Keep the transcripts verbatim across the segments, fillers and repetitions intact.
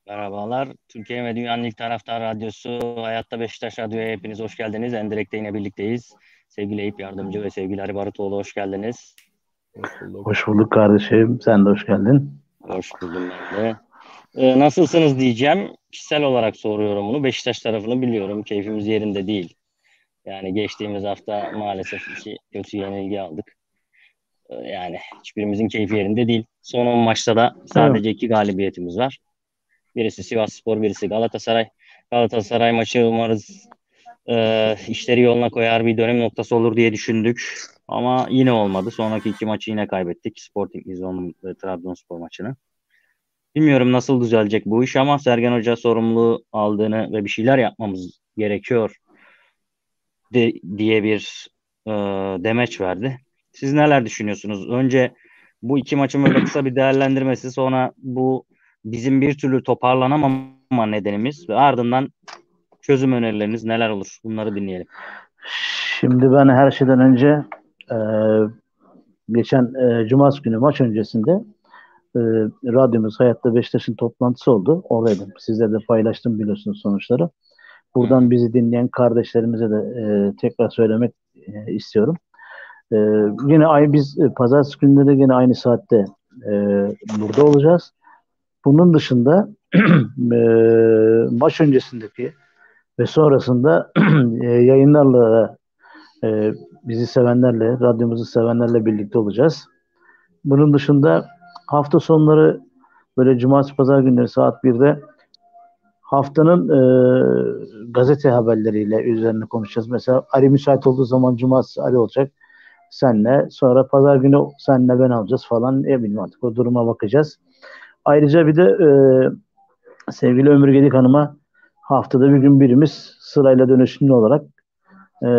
Merhabalar. Türkiye ve Dünyanın ilk taraftar radyosu Hayatta Beşiktaş Radyo'ya hepiniz hoş geldiniz. Endirek'te yine birlikteyiz. Sevgili Eyüp Yardımcı ve sevgili Ali Barutoğlu hoş geldiniz. Hoş bulduk. Hoş bulduk kardeşim. Sen de hoş geldin. Hoş buldum ben de. Ee, nasılsınız diyeceğim. Kişisel olarak soruyorum bunu. Beşiktaş tarafını biliyorum. Keyfimiz yerinde değil. Yani geçtiğimiz hafta maalesef iki kötü yenilgi aldık. Ee, yani hiçbirimizin keyfi yerinde değil. Son on maçta da sadece iki galibiyetimiz var. Birisi Sivasspor, birisi Galatasaray. Galatasaray maçı umarız e, işleri yoluna koyar, bir dönüm noktası olur diye düşündük. Ama yine olmadı. Sonraki iki maçı yine kaybettik. Sporting Lizbon ve Trabzonspor maçını. Bilmiyorum nasıl düzelecek bu iş ama Sergen Hoca sorumluluğu aldığını ve bir şeyler yapmamız gerekiyor de, diye bir e, demeç verdi. Siz neler düşünüyorsunuz? Önce bu iki maçın böyle kısa bir değerlendirmesi, sonra bu bizim bir türlü toparlanamama nedenimiz ve ardından çözüm önerileriniz neler olur? Bunları dinleyelim. Şimdi ben her şeyden önce e, geçen e, Cumartesi günü maç öncesinde e, radyomuz Hayatta Beşiktaş'ın toplantısı oldu. Oradaydım. Sizle de paylaştım biliyorsunuz sonuçları. Buradan bizi dinleyen kardeşlerimize de e, tekrar söylemek e, istiyorum. E, yine ay biz e, pazartesi günleri de yine aynı saatte e, burada olacağız. Bunun dışında e, maç öncesindeki ve sonrasında e, yayınlarla e, bizi sevenlerle, radyomuzu sevenlerle birlikte olacağız. Bunun dışında hafta sonları böyle cumartesi pazar günleri saat birde haftanın e, gazete haberleriyle üzerine konuşacağız. Mesela Ali müsait olduğu zaman cumartesi Ali olacak senle. Sonra pazar günü senle ben alacağız falan. Ne bileyim artık o duruma bakacağız. Ayrıca bir de e, sevgili Ömür Gedik Hanım'a haftada bir gün birimiz sırayla dönüşümlü olarak e,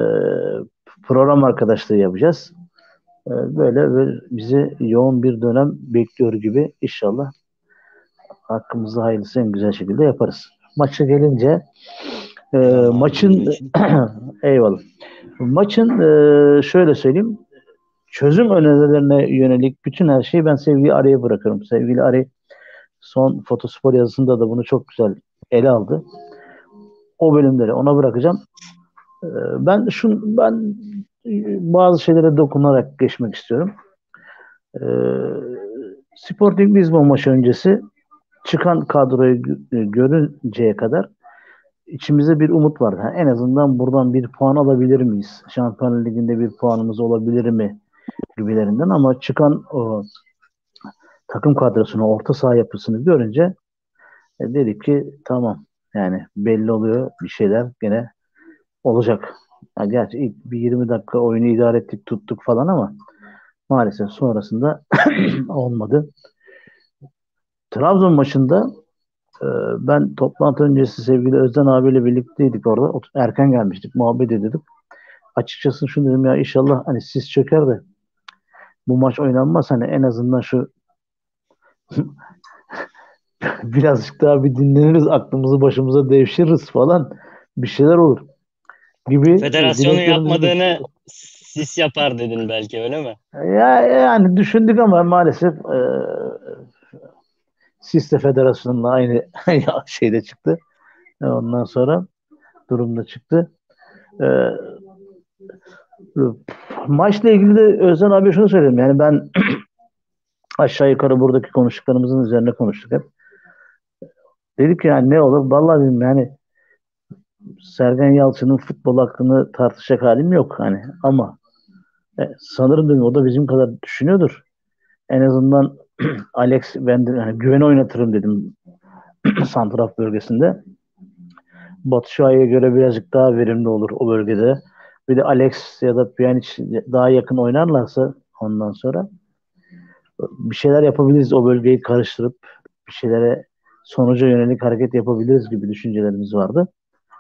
program arkadaşlığı yapacağız. E, böyle, böyle bizi yoğun bir dönem bekliyor gibi inşallah hakkımızda hayırlısı en güzel şekilde yaparız. Maça gelince e, maçın eyvallah. Maçın e, şöyle söyleyeyim çözüm önerilerine yönelik bütün her şeyi ben sevgili Arı'ya bırakıyorum. Sevgili Arı son Fotospor yazısında da bunu çok güzel ele aldı. O bölümleri ona bırakacağım. E, ben şun ben bazı şeylere dokunarak geçmek istiyorum. E, Sporting Lisbon maçı öncesi çıkan kadroyu görünceye kadar içimizde bir umut vardı. Yani en azından buradan bir puan alabilir miyiz? Şampiyonlar Ligi'nde bir puanımız olabilir mi? Gibilerinden ama çıkan o takım kadrosunu, orta saha yapısını görünce e, dedik ki tamam yani belli oluyor bir şeyler gene olacak. Yani gerçi ilk bir yirmi dakika oyunu idare ettik, tuttuk falan ama maalesef sonrasında olmadı. Trabzon maçında e, ben toplantı öncesi sevgili Özden abiyle birlikteydik orada. Erken gelmiştik, muhabbet ediyorduk. Açıkçası şunu dedim ya inşallah hani siz çöker de bu maç oynanmaz hani en azından şu birazcık daha bir dinleniriz, aklımızı başımıza devşiririz falan bir şeyler olur gibi Federasyonun yapmadığını sis yapar dedin belki öyle mi? Ya yani düşündük ama maalesef e, sis de federasyonla aynı şeyde çıktı. Ondan sonra durumda çıktı. E, maçla ilgili de Özden abi şunu söyleyeyim. Yani ben aşağı yukarı buradaki konuştuklarımızın üzerine konuştuk hep. Dedik ki yani ne olur? Vallahi dedim yani Sergen Yalçın'ın futbol hakkını tartışacak halim yok. Hani ama e, sanırım dedim o da bizim kadar düşünüyordur. En azından Alex ben de yani güvene oynatırım dedim santraf bölgesinde. Batu Şua'ya göre birazcık daha verimli olur o bölgede. Bir de Alex ya da Pjanic daha yakın oynarlarsa ondan sonra bir şeyler yapabiliriz. O bölgeyi karıştırıp bir şeylere sonuca yönelik hareket yapabiliriz gibi düşüncelerimiz vardı.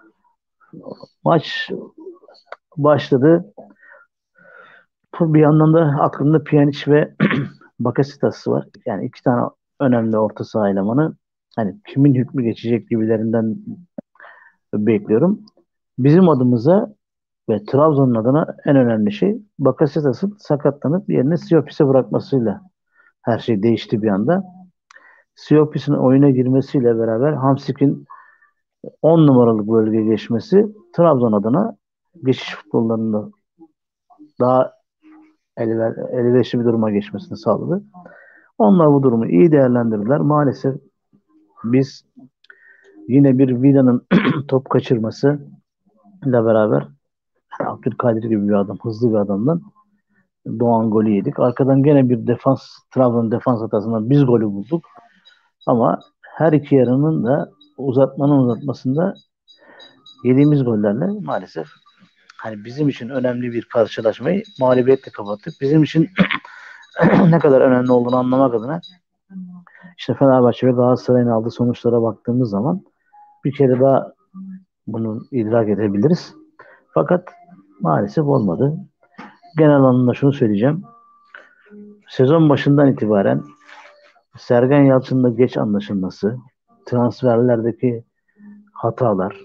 Maç başladı. Bir yandan da aklımda Pjanic ve Bakasetas var. Yani iki tane önemli orta saha elemanı. Hani kimin hükmü geçecek gibilerinden bekliyorum. Bizim adımıza ve Trabzon'un adına en önemli şey Bakasetas'ın sakatlanıp yerine Siopis'e bırakmasıyla her şey değişti bir anda. Siopis'in oyuna girmesiyle beraber Hamsik'in on numaralık bölgeye geçmesi Trabzon adına geçiş futbollarında daha elver, elverişli bir duruma geçmesini sağladı. Onlar bu durumu iyi değerlendirdiler. Maalesef biz yine bir Vida'nın top kaçırması ile beraber Abdülkadir gibi bir adam, hızlı bir adamdan Doğan golü yedik. Arkadan gene bir defans, Trabzon defans hatasından biz golü bulduk. Ama her iki yarının da uzatmanın uzatmasında yediğimiz gollerle maalesef hani bizim için önemli bir karşılaşmayı mağlubiyetle kapattık. Bizim için ne kadar önemli olduğunu anlamak adına işte Fenerbahçe ve Galatasaray'ın aldığı sonuçlara baktığımız zaman bir kere daha bunu idrak edebiliriz. Fakat maalesef olmadı. Genel anlamda şunu söyleyeceğim. Sezon başından itibaren Sergen Yalçın'la geç anlaşılması, transferlerdeki hatalar,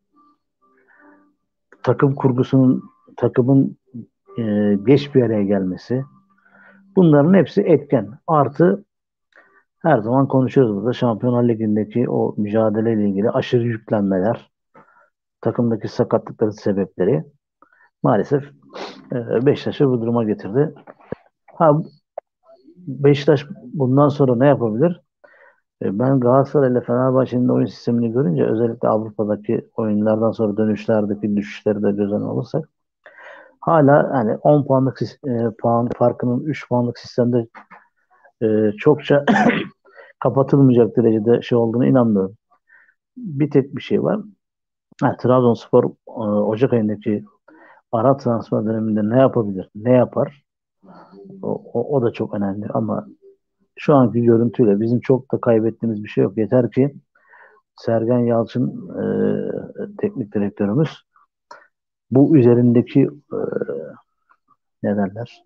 takım kurgusunun takımın e, geç bir araya gelmesi, bunların hepsi etken. Artı her zaman konuşuyoruz burada Şampiyonlar Ligi'ndeki o mücadeleyle ilgili aşırı yüklenmeler, takımdaki sakatlıkların sebepleri maalesef e, Beşiktaş'ı bu duruma getirdi. Ha, Beşiktaş bundan sonra ne yapabilir? E, Ben Galatasaray ile Fenerbahçe'nin oyun sistemini görünce özellikle Avrupa'daki oyunlardan sonra dönüşlerdeki düşüşleri de göz önüne alırsak hala hani on puanlık sis- e, puan farkının üç puanlık sistemde e, çokça kapatılmayacak derecede şey olduğunu inanmıyorum. Bir tek bir şey var. Ha, Trabzonspor e, Ocak ayındaki ara transfer döneminde ne yapabilir? Ne yapar? O, o, o da çok önemli ama şu anki görüntüyle bizim çok da kaybettiğimiz bir şey yok. Yeter ki Sergen Yalçın e, teknik direktörümüz bu üzerindeki e, ne derler?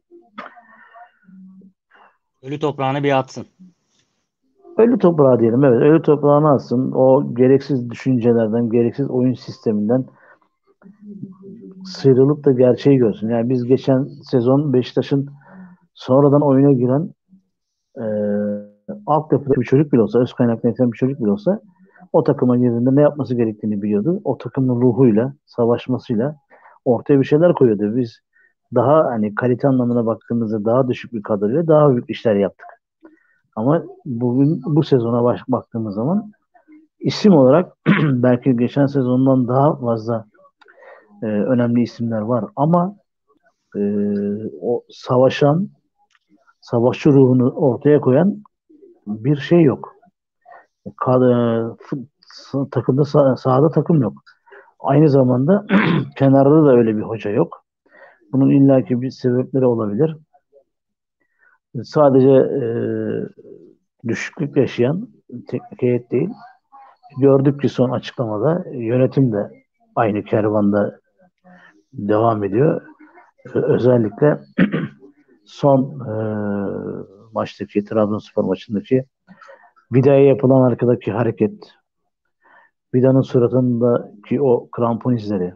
Ölü toprağını bir atsın. Ölü toprağı diyelim. Evet, ölü toprağını alsın. O gereksiz düşüncelerden, gereksiz oyun sisteminden sıyrılıp da gerçeği görsün. Yani biz geçen sezon Beşiktaş'ın sonradan oyuna giren e, altyapıda bir çocuk bile olsa, öz kaynaklı yetişen bir çocuk bile olsa o takıma girdiğinde ne yapması gerektiğini biliyordu. O takımın ruhuyla, savaşmasıyla ortaya bir şeyler koyuyordu. Biz daha hani kalite anlamına baktığımızda daha düşük bir kadroyla daha büyük işler yaptık. Ama bugün bu sezona baş, baktığımız zaman isim olarak belki geçen sezondan daha fazla e, önemli isimler var ama e, o savaşan, savaşçı ruhunu ortaya koyan bir şey yok. Kad- e, takımda sah- sahada takım yok. Aynı zamanda kenarda da öyle bir hoca yok. Bunun illaki bir sebepleri olabilir. Sadece e, düşüklük yaşayan teknik heyet değil. Gördük ki son açıklamada yönetim de aynı kervanda devam ediyor. Özellikle son e, maçtaki Trabzonspor maçındaki Vida'ya yapılan arkadaki hareket, Vida'nın suratındaki o krampon izleri.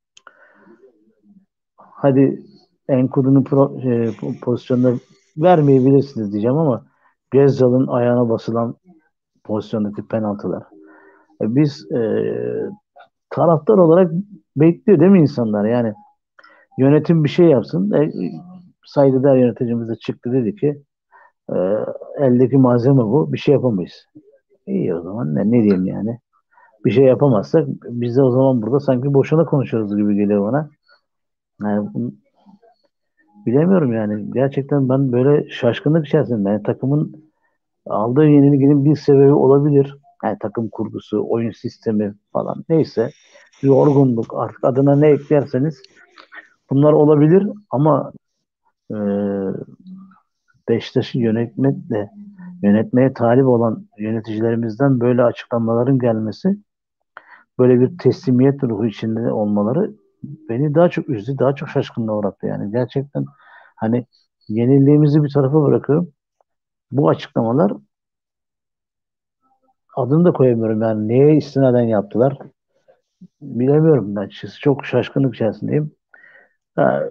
Hadi Enkudu'nun pro, e, pozisyonda vermeyebilirsiniz diyeceğim ama Gezzal'ın ayağına basılan pozisyondaki penaltılar. E, biz e, taraftar olarak bekliyor değil mi insanlar? Yani yönetim bir şey yapsın. E, saygıdeğer yöneticimiz de çıktı dedi ki e, eldeki malzeme bu. Bir şey yapamayız. İyi o zaman ne, ne diyeyim yani. Bir şey yapamazsak biz de o zaman burada sanki boşuna konuşuyoruz gibi geliyor bana. Yani bunu bilemiyorum yani. Gerçekten ben böyle şaşkınlık içerisindeyim. Yani takımın aldığı yenilginin bir sebebi olabilir. Yani takım kurgusu, oyun sistemi falan neyse. Yorgunluk artık adına ne eklerseniz bunlar olabilir ama e, Beşiktaş'ı yönetmekle yönetmeye talip olan yöneticilerimizden böyle açıklamaların gelmesi, böyle bir teslimiyet ruhu içinde olmaları beni daha çok üzdü, daha çok şaşkınlığa uğrattı. Yani gerçekten hani yenildiğimizi bir tarafa bırakıyorum. Bu açıklamalar adını da koyamıyorum yani neye istinaden yaptılar bilemiyorum ben açıkçası. Çok şaşkınlık içerisindeyim. Ha,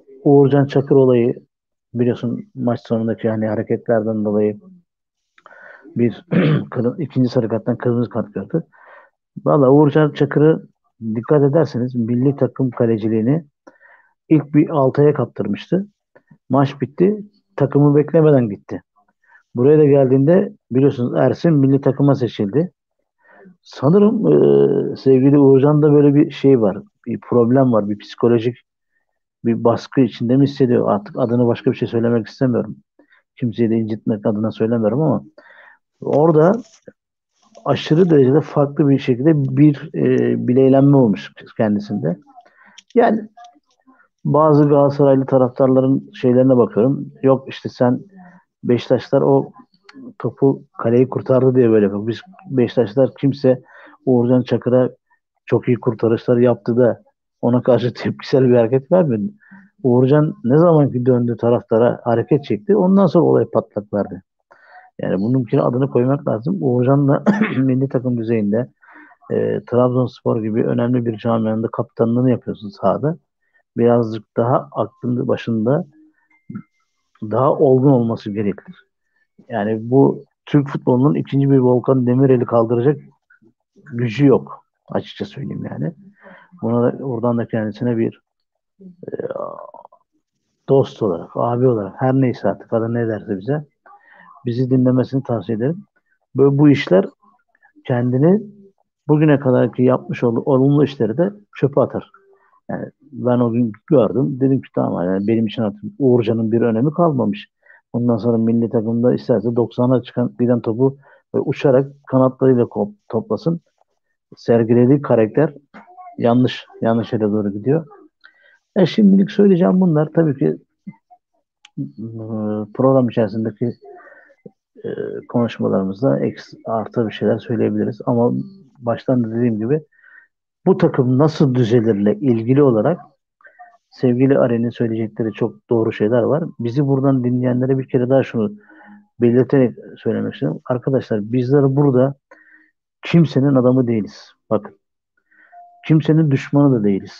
Uğurcan Çakır olayı biliyorsun maç sonundaki hani hareketlerden dolayı bir ikinci sarı karttan kırmızı kart gördü. Valla Uğurcan Çakır'ı dikkat ederseniz milli takım kaleciliğini ilk bir Altay'a kaptırmıştı. Maç bitti. Takımı beklemeden gitti. Buraya da geldiğinde biliyorsunuz Ersin milli takıma seçildi. Sanırım e, sevgili Uğurcan'da böyle bir şey var. Bir problem var. Bir psikolojik bir baskı içinde mi hissediyor? Artık adını başka bir şey söylemek istemiyorum. Kimseyi de incitmek adına söylemiyorum ama orada aşırı derecede farklı bir şekilde bir e, bileylenme olmuş kendisinde. Yani bazı Galatasaraylı taraftarların şeylerine bakıyorum. Yok işte sen Beşiktaşlar o topu kaleyi kurtardı diye böyle yapıyor. Biz Beşiktaşlar kimse Uğurcan Çakır'a çok iyi kurtarışlar yaptı da ona karşı tepkisel bir hareket vermedi. Uğurcan ne zaman ki döndü taraftara hareket çekti. Ondan sonra olay patlak verdi. Yani bununkine adını koymak lazım. Uğurcan'la milli takım düzeyinde e, Trabzonspor gibi önemli bir camianın kaptanlığını yapıyorsun sahada. Birazcık daha aklında başında daha olgun olması gerekir. Yani bu Türk futbolunun ikinci bir Volkan Demirel'i kaldıracak gücü yok. Açıkça söyleyeyim yani. Buna da, oradan da kendisine bir e, dost olarak, abi olarak her neyse artık adı ne derse bize bizi dinlemesini tavsiye ederim. Böyle bu işler kendini bugüne kadarki yapmış olduğu olumlu işleri de çöpe atar. Yani ben o gün gördüm. Dedim ki tamam yani benim için artık Uğurcan'ın bir önemi kalmamış. Ondan sonra milli takımda isterse doksana çıkan giden topu böyle uçarak kanatlarıyla kop- toplasın. Sergilediği karakter yanlış. Yanlış yere doğru gidiyor. E şimdilik söyleyeceğim bunlar. Tabii ki e, program içerisindeki e, konuşmalarımızda eks, artı bir şeyler söyleyebiliriz. Ama baştan da dediğim gibi bu takım nasıl düzelirle ilgili olarak sevgili Aren'in söyleyecekleri çok doğru şeyler var. Bizi buradan dinleyenlere bir kere daha şunu belirterek söylemek istiyorum. Arkadaşlar bizler burada kimsenin adamı değiliz. Bakın kimsenin düşmanı da değiliz.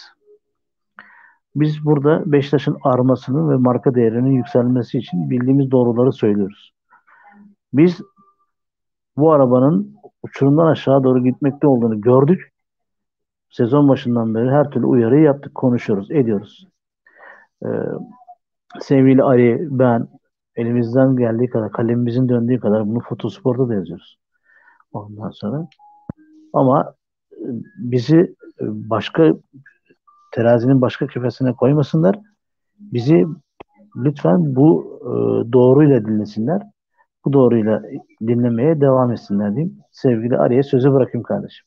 Biz burada Beşiktaş'ın armasının ve marka değerinin yükselmesi için bildiğimiz doğruları söylüyoruz. Biz bu arabanın uçurumdan aşağı doğru gitmekte olduğunu gördük. Sezon başından beri her türlü uyarıyı yaptık, konuşuyoruz, ediyoruz. Ee, sevgili Ali, ben elimizden geldiği kadar, kalemimizin döndüğü kadar bunu Fotospor'da da yazıyoruz. Ondan sonra ama e, bizi e, başka terazinin başka kefesine koymasınlar. Bizi lütfen bu e, doğruyla dinlesinler. Bu doğruyla dinlemeye devam etsinler diyeyim. Sevgili Ali'ye sözü bırakayım kardeşim.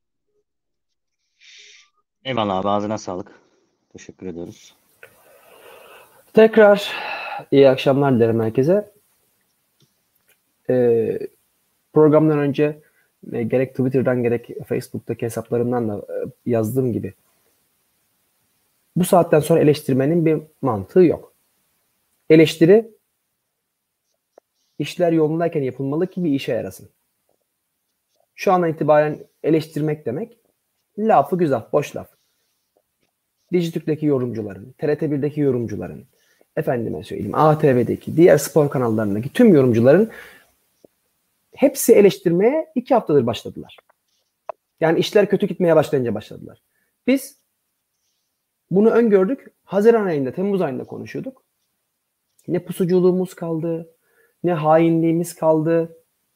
Eyvallah abi, ağzına sağlık. Teşekkür ediyoruz. Tekrar iyi akşamlar dilerim herkese. Ee, programdan önce e, gerek Twitter'dan gerek Facebook'taki hesaplarımdan da e, yazdığım gibi bu saatten sonra eleştirmenin bir mantığı yok. Eleştiri işler yolundayken yapılmalı ki bir işe yarasın. Şu andan itibaren eleştirmek demek lafı güzel, boş laf. Dijitürk'teki yorumcuların, T R T birdeki yorumcuların, efendime söyleyeyim A T V'deki, diğer spor kanallarındaki tüm yorumcuların hepsi eleştirmeye iki haftadır başladılar. Yani işler kötü gitmeye başlayınca başladılar. Biz bunu öngördük. Haziran ayında, Temmuz ayında konuşuyorduk. Ne pusuculuğumuz kaldı, ne hainliğimiz kaldı.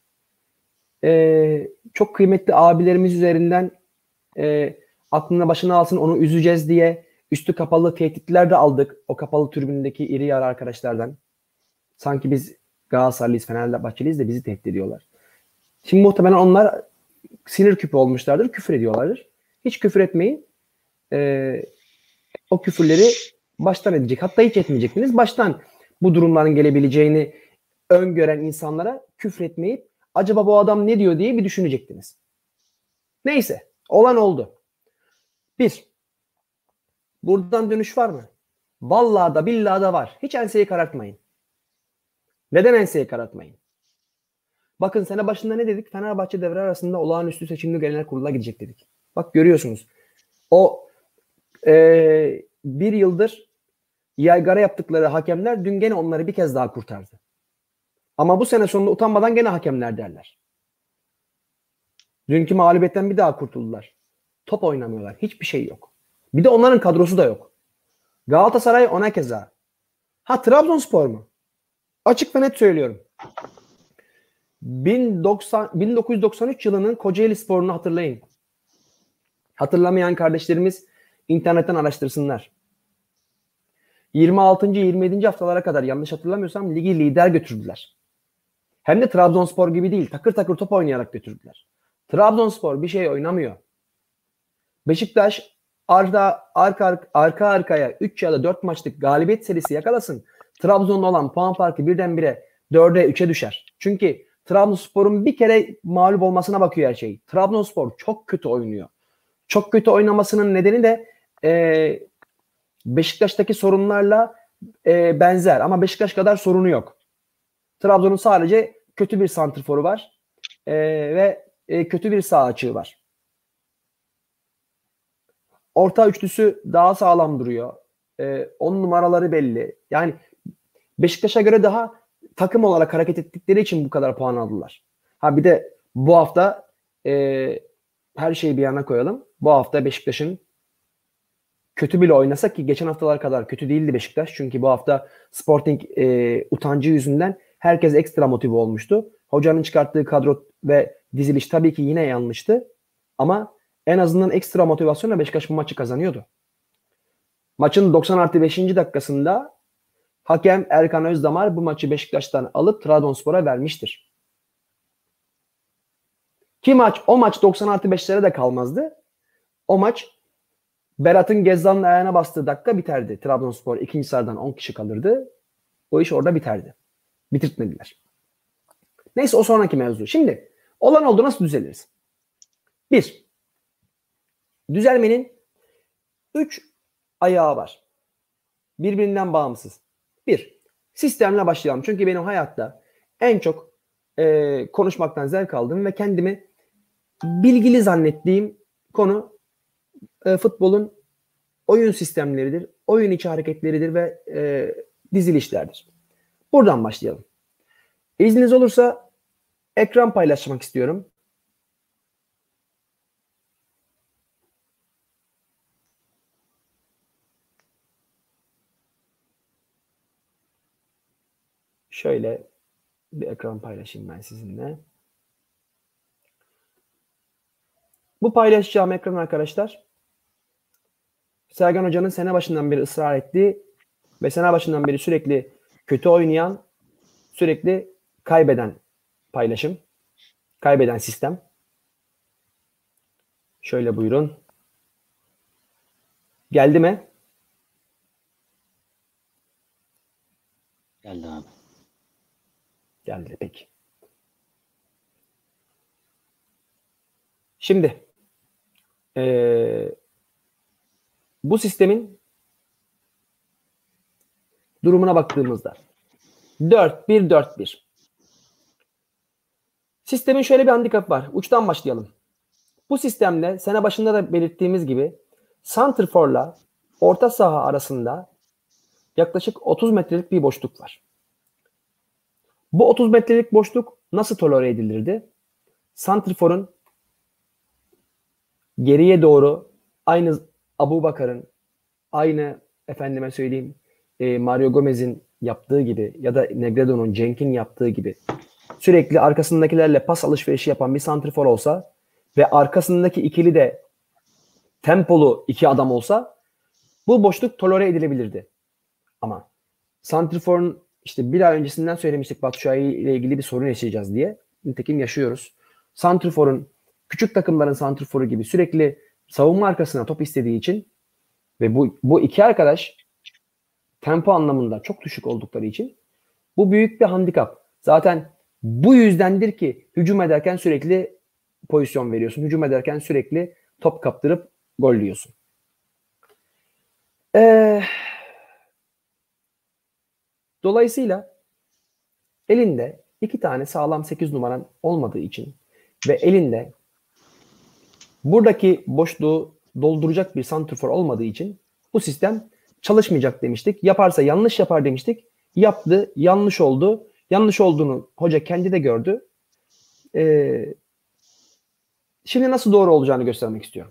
Ee, çok kıymetli abilerimiz üzerinden e, aklına başına alsın onu üzeceğiz diye üstü kapalı tehditler de aldık. O kapalı tribündeki iri yarı arkadaşlardan. Sanki biz Galatasaraylıyız, Fenerbahçeliyiz de bizi tehdit ediyorlar. Şimdi muhtemelen onlar sinir küpü olmuşlardır, küfür ediyorlardır. Hiç küfür etmeyin. Ee, o küfürleri baştan edecek. Hatta hiç etmeyecektiniz. Baştan bu durumların gelebileceğini öngören insanlara küfür etmeyip acaba bu adam ne diyor diye bir düşünecektiniz. Neyse. Olan oldu. Bir. Buradan dönüş var mı? Vallahi da billahi da var. Hiç enseyi karartmayın. Neden enseyi karartmayın? Bakın sene başında ne dedik? Fenerbahçe devre arasında olağanüstü seçimli genel kurula gidecek dedik. Bak görüyorsunuz. O e, bir yıldır yaygara yaptıkları hakemler dün gene onları bir kez daha kurtardı. Ama bu sene sonunda utanmadan gene hakemler derler. Dünkü mağlubiyetten bir daha kurtuldular. Top oynamıyorlar. Hiçbir şey yok. Bir de onların kadrosu da yok. Galatasaray ona keza. Ha, Trabzonspor mu? Açık ve net söylüyorum. bin dokuz yüz doksan üç yılının Kocaeli Spor'unu hatırlayın. Hatırlamayan kardeşlerimiz internetten araştırsınlar. yirmi altıncı yirmi yedinci haftalara kadar yanlış hatırlamıyorsam ligi lider götürdüler. Hem de Trabzonspor gibi değil. Takır takır top oynayarak götürdüler. Trabzonspor bir şey oynamıyor. Beşiktaş arka, arka, arka arkaya üç ya da dört maçlık galibiyet serisi yakalasın. Trabzon'da olan puan farkı birdenbire dörde üçe düşer. Çünkü Trabzonspor'un bir kere mağlup olmasına bakıyor her şey. Trabzonspor çok kötü oynuyor. Çok kötü oynamasının nedeni de e, Beşiktaş'taki sorunlarla e, benzer. Ama Beşiktaş kadar sorunu yok. Trabzon'un sadece kötü bir santrforu var. E, ve e, kötü bir sağ açığı var. Orta üçlüsü daha sağlam duruyor. E, on numaraları belli. Yani Beşiktaş'a göre daha takım olarak hareket ettikleri için bu kadar puan aldılar. Ha bir de bu hafta e, her şeyi bir yana koyalım. Bu hafta Beşiktaş'ın kötü bile oynasak ki geçen haftalar kadar kötü değildi Beşiktaş. Çünkü bu hafta Sporting e, utancı yüzünden herkes ekstra motive olmuştu. Hocanın çıkarttığı kadro ve diziliş tabii ki yine yanlıştı. Ama en azından ekstra motivasyonla Beşiktaş bu maçı kazanıyordu. Maçın doksan artı beşinci dakikasında hakem Erkan Özdamar bu maçı Beşiktaş'tan alıp Trabzonspor'a vermiştir. Ki maç, o maç doksan artı beşlere de kalmazdı. O maç Berat'ın Gezzal'ın ayağına bastığı dakika biterdi. Trabzonspor ikinci sıradan on kişi kalırdı. O iş orada biterdi. Bitirtmediler. Neyse o sonraki mevzu. Şimdi olan oldu, nasıl düzeliriz? Bir, düzelmenin üç ayağı var. Birbirinden bağımsız. Bir, sistemle başlayalım. Çünkü benim hayatta en çok e, konuşmaktan zevk aldığım ve kendimi bilgili zannettiğim konu e, futbolun oyun sistemleridir, oyun içi hareketleridir ve e, dizilişlerdir. Buradan başlayalım. İzniniz olursa ekran paylaşmak istiyorum. Şöyle bir ekran paylaşayım ben sizinle. Bu paylaşacağım ekran arkadaşlar, Sergen Hoca'nın sene başından beri ısrar ettiği ve sene başından beri sürekli kötü oynayan, sürekli kaybeden paylaşım, kaybeden sistem. Şöyle buyurun. Geldi mi? Geldi abi. Geldi peki. Şimdi ee, bu sistemin durumuna baktığımızda dört bir dört bir. Sistemin şöyle bir handikapı var. Uçtan başlayalım. Bu sistemde sene başında da belirttiğimiz gibi santrforla orta saha arasında yaklaşık otuz metrelik bir boşluk var. Bu otuz metrelik boşluk nasıl tolere edilirdi? Santrfor'un geriye doğru aynı Abubakar'ın, aynı efendime söyleyeyim e, Mario Gomez'in yaptığı gibi ya da Negredo'nun, Cenk'in yaptığı gibi sürekli arkasındakilerle pas alışverişi yapan bir santrfor olsa ve arkasındaki ikili de tempolu iki adam olsa bu boşluk tolere edilebilirdi. Ama santrforun işte bir ay öncesinden söylemiştik Batshuayi ile ilgili bir sorun yaşayacağız diye. Nitekim yaşıyoruz. Santrforun, küçük takımların santrforu gibi sürekli savunma arkasına top istediği için ve bu, bu iki arkadaş tempo anlamında çok düşük oldukları için bu büyük bir handikap. Zaten bu yüzdendir ki hücum ederken sürekli pozisyon veriyorsun. Hücum ederken sürekli top kaptırıp gol yiyorsun. Ee, dolayısıyla elinde iki tane sağlam sekiz numaran olmadığı için ve elinde buradaki boşluğu dolduracak bir santrfor olmadığı için bu sistem çalışmayacak demiştik. Yaparsa yanlış yapar demiştik. Yaptı, yanlış oldu. Yanlış olduğunu hoca kendi de gördü. Ee, şimdi nasıl doğru olacağını göstermek istiyorum.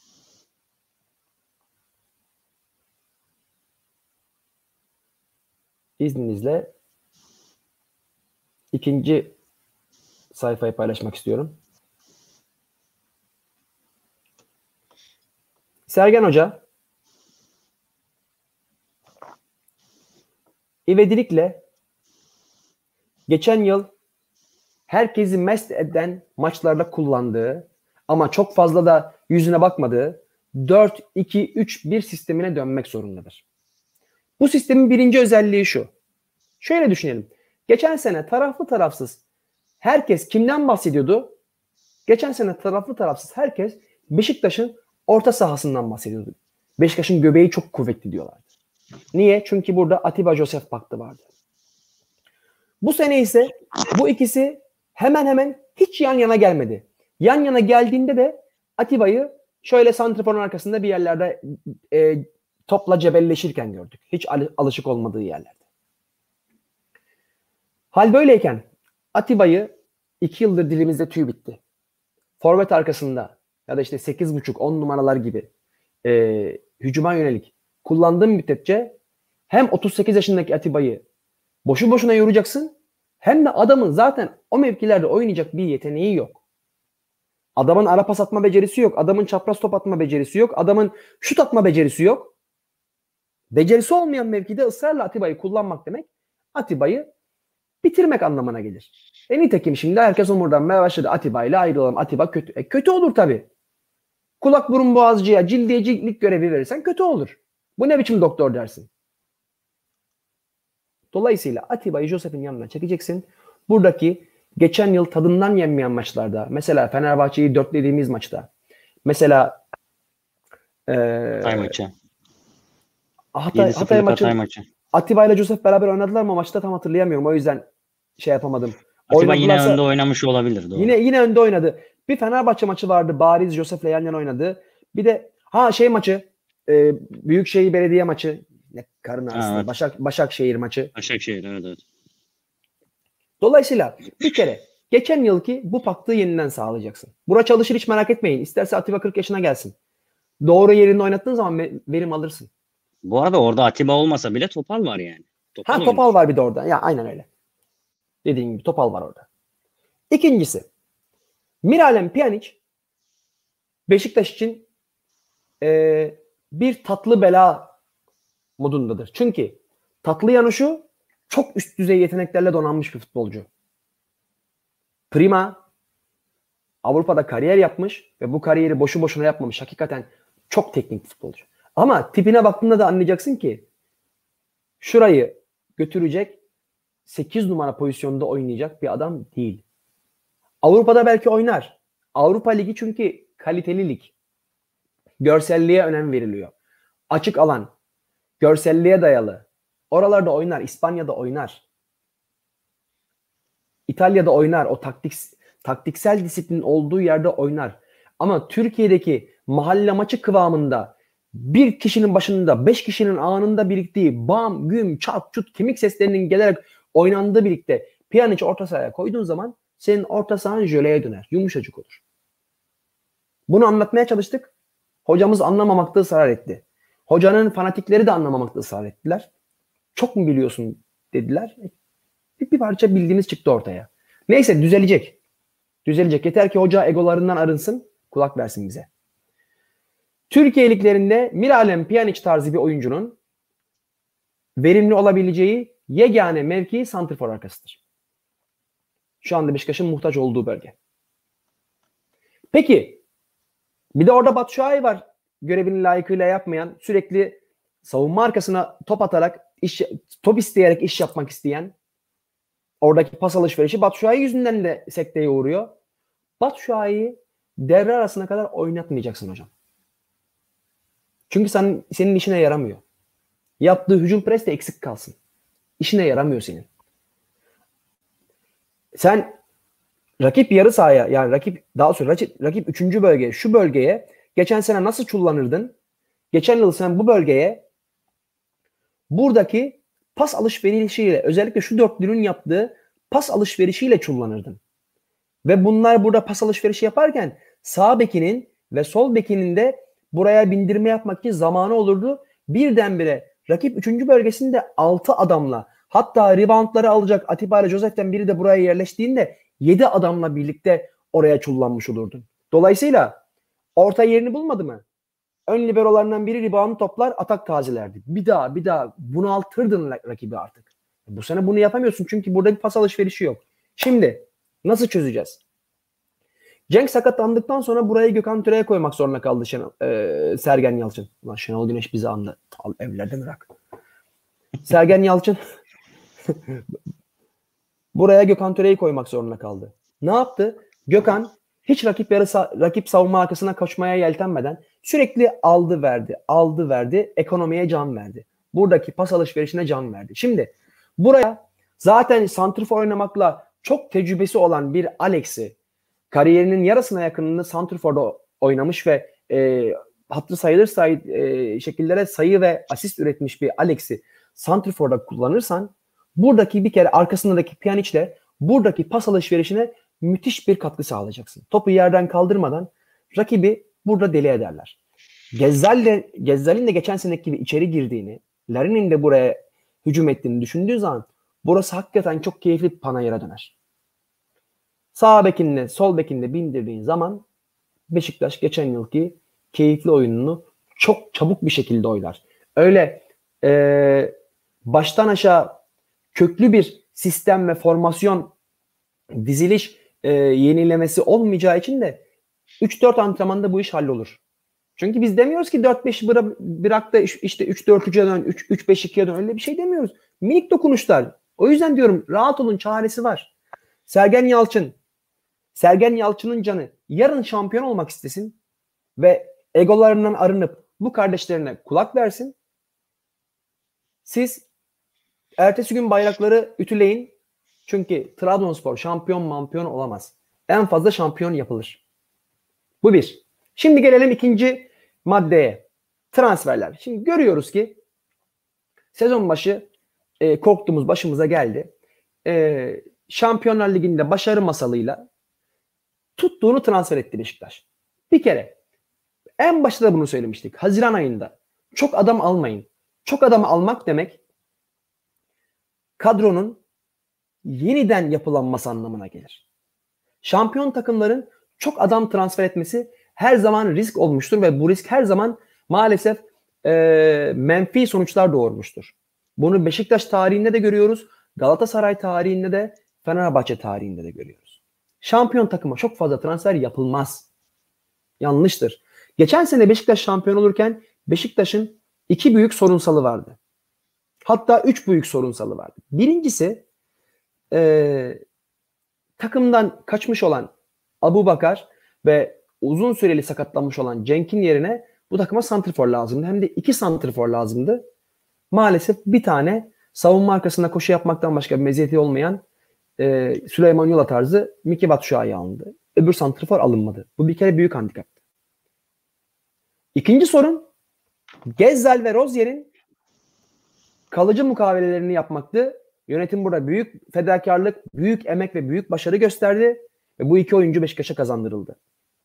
İzninizle ikinci sayfayı paylaşmak istiyorum. Sergen Hoca ivedilikle geçen yıl herkesi mest eden maçlarda kullandığı ama çok fazla da yüzüne bakmadığı dört iki üç bir sistemine dönmek zorundadır. Bu sistemin birinci özelliği şu. Şöyle düşünelim. Geçen sene taraflı tarafsız herkes kimden bahsediyordu? Geçen sene taraflı tarafsız herkes Beşiktaş'ın orta sahasından bahsediyordu. Beşiktaş'ın göbeği çok kuvvetli diyorlardı. Niye? Çünkü burada Atiba Joseph baktı vardı. Bu sene ise bu ikisi hemen hemen hiç yan yana gelmedi. Yan yana geldiğinde de Atiba'yı şöyle santraforun arkasında bir yerlerde e, topla cebelleşirken gördük. Hiç al- alışık olmadığı yerlerde. Hal böyleyken Atiba'yı iki yıldır dilimizde tüy bitti. Forvet arkasında ya da işte sekiz buçuk on numaralar gibi e, hücuma yönelik kullandığım müddetçe hem otuz sekiz yaşındaki Atiba'yı boşu boşuna yoracaksın hem de adamın zaten o mevkilerde oynayacak bir yeteneği yok. Adamın ara pas atma becerisi yok. Adamın çapraz top atma becerisi yok. Adamın şut atma becerisi yok. Becerisi olmayan mevkide ısrarla Atiba'yı kullanmak demek Atiba'yı bitirmek anlamına gelir. E nitekim şimdi herkes omurdanmaya başladı. Atiba ile ayrılalım. Atiba kötü. E kötü olur tabii. Kulak burun boğazcıya cildiyecilik görevi verirsen kötü olur. Bu ne biçim doktor dersin? Dolayısıyla Atiba'yı Joseph'in yanına çekeceksin. Buradaki geçen yıl tadından yenmeyen maçlarda, mesela Fenerbahçe'yi dörtlediğimiz maçta, mesela ee, Hatay maçı. Hatay, Hatay maçı, maçı. Atiba ile Joseph beraber oynadılar mı maçta tam hatırlayamıyorum. O yüzden şey yapamadım. Atiba yine önde oynamış olabilir. Doğru. Yine yine önde oynadı. Bir Fenerbahçe maçı vardı. Bariz Joseph'le yan yana oynadı. Bir de ha şey maçı, e, Büyükşehir Belediye maçı. Ne karın ağrısı. Evet. Başak, Başakşehir maçı. Başakşehir evet evet. Dolayısıyla bir kere geçen yılki bu paktığı yeniden sağlayacaksın. Bura çalışır hiç merak etmeyin. İsterse Atiba kırk yaşına gelsin. Doğru yerinde oynattığın zaman verim alırsın. Bu arada orada Atiba olmasa bile Topal var yani. Topal ha Topal var bir de orada. Ya aynen öyle. Dediğim gibi Topal var orada. İkincisi Miralem Pjanic Beşiktaş için e, bir tatlı bela modundadır. Çünkü tatlı yanı şu, çok üst düzey yeteneklerle donanmış bir futbolcu. Prima Avrupa'da kariyer yapmış ve bu kariyeri boşu boşuna yapmamış. Hakikaten çok teknik bir futbolcu. Ama tipine baktığında da anlayacaksın ki şurayı götürecek sekiz numara pozisyonda oynayacak bir adam değil. Avrupa'da belki oynar. Avrupa Ligi çünkü kaliteli lig. Görselliğe önem veriliyor. Açık alan. Görselliğe dayalı. Oralarda oynar. İspanya'da oynar. İtalya'da oynar. O taktik, taktiksel disiplin olduğu yerde oynar. Ama Türkiye'deki mahalle maçı kıvamında bir kişinin başında beş kişinin anında biriktiği bam, güm, çat, çut kemik seslerinin gelerek oynandığı birlikte Pjanic orta sahaya koyduğun zaman senin orta sahan jöleye döner. Yumuşacık olur. Bunu anlatmaya çalıştık. Hocamız anlamamakta ısrar etti. Hocanın fanatikleri de anlamamakta ısrar ettiler. Çok mu biliyorsun dediler. Bir, bir parça bildiğimiz çıktı ortaya. Neyse düzelecek. Düzelecek. Yeter ki hoca egolarından arınsın. Kulak versin bize. Türkiye liglerinde Miralem Pjanic tarzı bir oyuncunun verimli olabileceği yegane mevki santrfor arkasıdır. Şu anda Beşiktaş'ın muhtaç olduğu bölge. Peki bir de orada Batshuayi var. Görevini layıkıyla yapmayan, sürekli savunma arkasına top atarak, iş, top isteyerek iş yapmak isteyen, oradaki pas alışverişi Batshuayi yüzünden de sekteye uğruyor. Batshuayi'yi devre arasına kadar oynatmayacaksın hocam. Çünkü sen, senin işine yaramıyor. Yaptığı hücum pres de eksik kalsın. İşine yaramıyor senin. Sen rakip yarı sahaya, yani rakip daha sonra rakip, rakip üçüncü bölge, şu bölgeye geçen sene nasıl çullanırdın? Geçen yıl sen bu bölgeye buradaki pas alışverişiyle özellikle şu dörtlünün yaptığı pas alışverişiyle çullanırdın. Ve bunlar burada pas alışverişi yaparken sağ bekinin ve sol bekinin de buraya bindirme yapmak için zamanı olurdu. Birdenbire rakip üçüncü bölgesinde altı adamla, hatta reboundları alacak Atiba ile Joseph'ten biri de buraya yerleştiğinde yedi adamla birlikte oraya çullanmış olurdun. Dolayısıyla orta yerini bulmadı mı? Ön liberolarından biri rebound toplar, atak tazelerdi. Bir daha bir daha bunaltırdın rakibi artık. Bu sene bunu yapamıyorsun çünkü burada bir pas alışverişi yok. Şimdi nasıl çözeceğiz? Cenk sakatlandıktan sonra burayı Gökhan Töre'ye koymak zorunda kaldı Şenol, e, Sergen Yalçın. Ulan Şenol Güneş bizi andı. Al, evlerde merak. Sergen Yalçın buraya Gökhan Töre'yi koymak zorunda kaldı. Ne yaptı? Gökhan hiç rakip yarı rakip savunma arkasına koşmaya yeltenmeden sürekli aldı verdi, aldı verdi, ekonomiye can verdi. Buradaki pas alışverişine can verdi. Şimdi buraya zaten santrfor oynamakla çok tecrübesi olan bir Alex'i, kariyerinin yarısına yakınını santrforda oynamış ve e, hatırı sayılır sayı, e, şekillere sayı ve asist üretmiş bir Alex'i santrforda kullanırsan buradaki bir kere arkasındaki Pjanic'le buradaki pas alışverişine müthiş bir katkı sağlayacaksın. Topu yerden kaldırmadan rakibi burada deli ederler. Gezzal'le, Gezzal'in de geçen seneki gibi içeri girdiğini, Larin'in de buraya hücum ettiğini düşündüğü zaman burası hakikaten çok keyifli bir panayıra döner. Sağ bekinle sol bekinle bindirdiğin zaman Beşiktaş geçen yılki keyifli oyununu çok çabuk bir şekilde oynar. Öyle e, baştan aşağı köklü bir sistem ve formasyon diziliş e, yenilemesi olmayacağı için de üç dört antrenmanda bu iş hallolur. Çünkü biz demiyoruz ki dört beş bırak, bırak da işte üç dört üçe dön, üç beş ikiye dön, öyle bir şey demiyoruz. Minik dokunuşlar. O yüzden diyorum rahat olun, çaresi var. Sergen Yalçın Sergen Yalçın'ın canı yarın şampiyon olmak istesin ve egolarından arınıp bu kardeşlerine kulak versin. Siz ertesi gün bayrakları ütüleyin. Çünkü Trabzonspor şampiyon mampiyon olamaz. En fazla şampiyon yapılır. Bu bir. Şimdi gelelim ikinci maddeye. Transferler. Şimdi görüyoruz ki sezon başı e, korktuğumuz başımıza geldi. E, Şampiyonlar Ligi'nde başarı masalıyla tuttuğunu transfer etti Beşiktaş. Bir kere en başta da bunu söylemiştik. Haziran ayında çok adam almayın. Çok adam almak demek kadronun yeniden yapılanması anlamına gelir. Şampiyon takımların çok adam transfer etmesi her zaman risk olmuştur ve bu risk her zaman maalesef e, menfi sonuçlar doğurmuştur. Bunu Beşiktaş tarihinde de görüyoruz. Galatasaray tarihinde de, Fenerbahçe tarihinde de görüyoruz. Şampiyon takıma çok fazla transfer yapılmaz. Yanlıştır. Geçen sene Beşiktaş şampiyon olurken Beşiktaş'ın iki büyük sorunsalı vardı. Hatta üç büyük sorunsalı vardı. Birincisi e, takımdan kaçmış olan Abubakar ve uzun süreli sakatlanmış olan Cenk'in yerine bu takıma santrfor lazımdı. Hem de iki santrfor lazımdı. Maalesef bir tane savunma arkasında koşu yapmaktan başka bir meziyeti olmayan e, Süleyman Yola tarzı Miki Batshuayi alındı. Öbür santrfor alınmadı. Bu bir kere büyük handikaptı. İkinci sorun Gezzal ve Rozier'in kalıcı mukavelelerini yapmaktı. Yönetim burada büyük fedakarlık, büyük emek ve büyük başarı gösterdi ve bu iki oyuncu Beşiktaş'a kazandırıldı.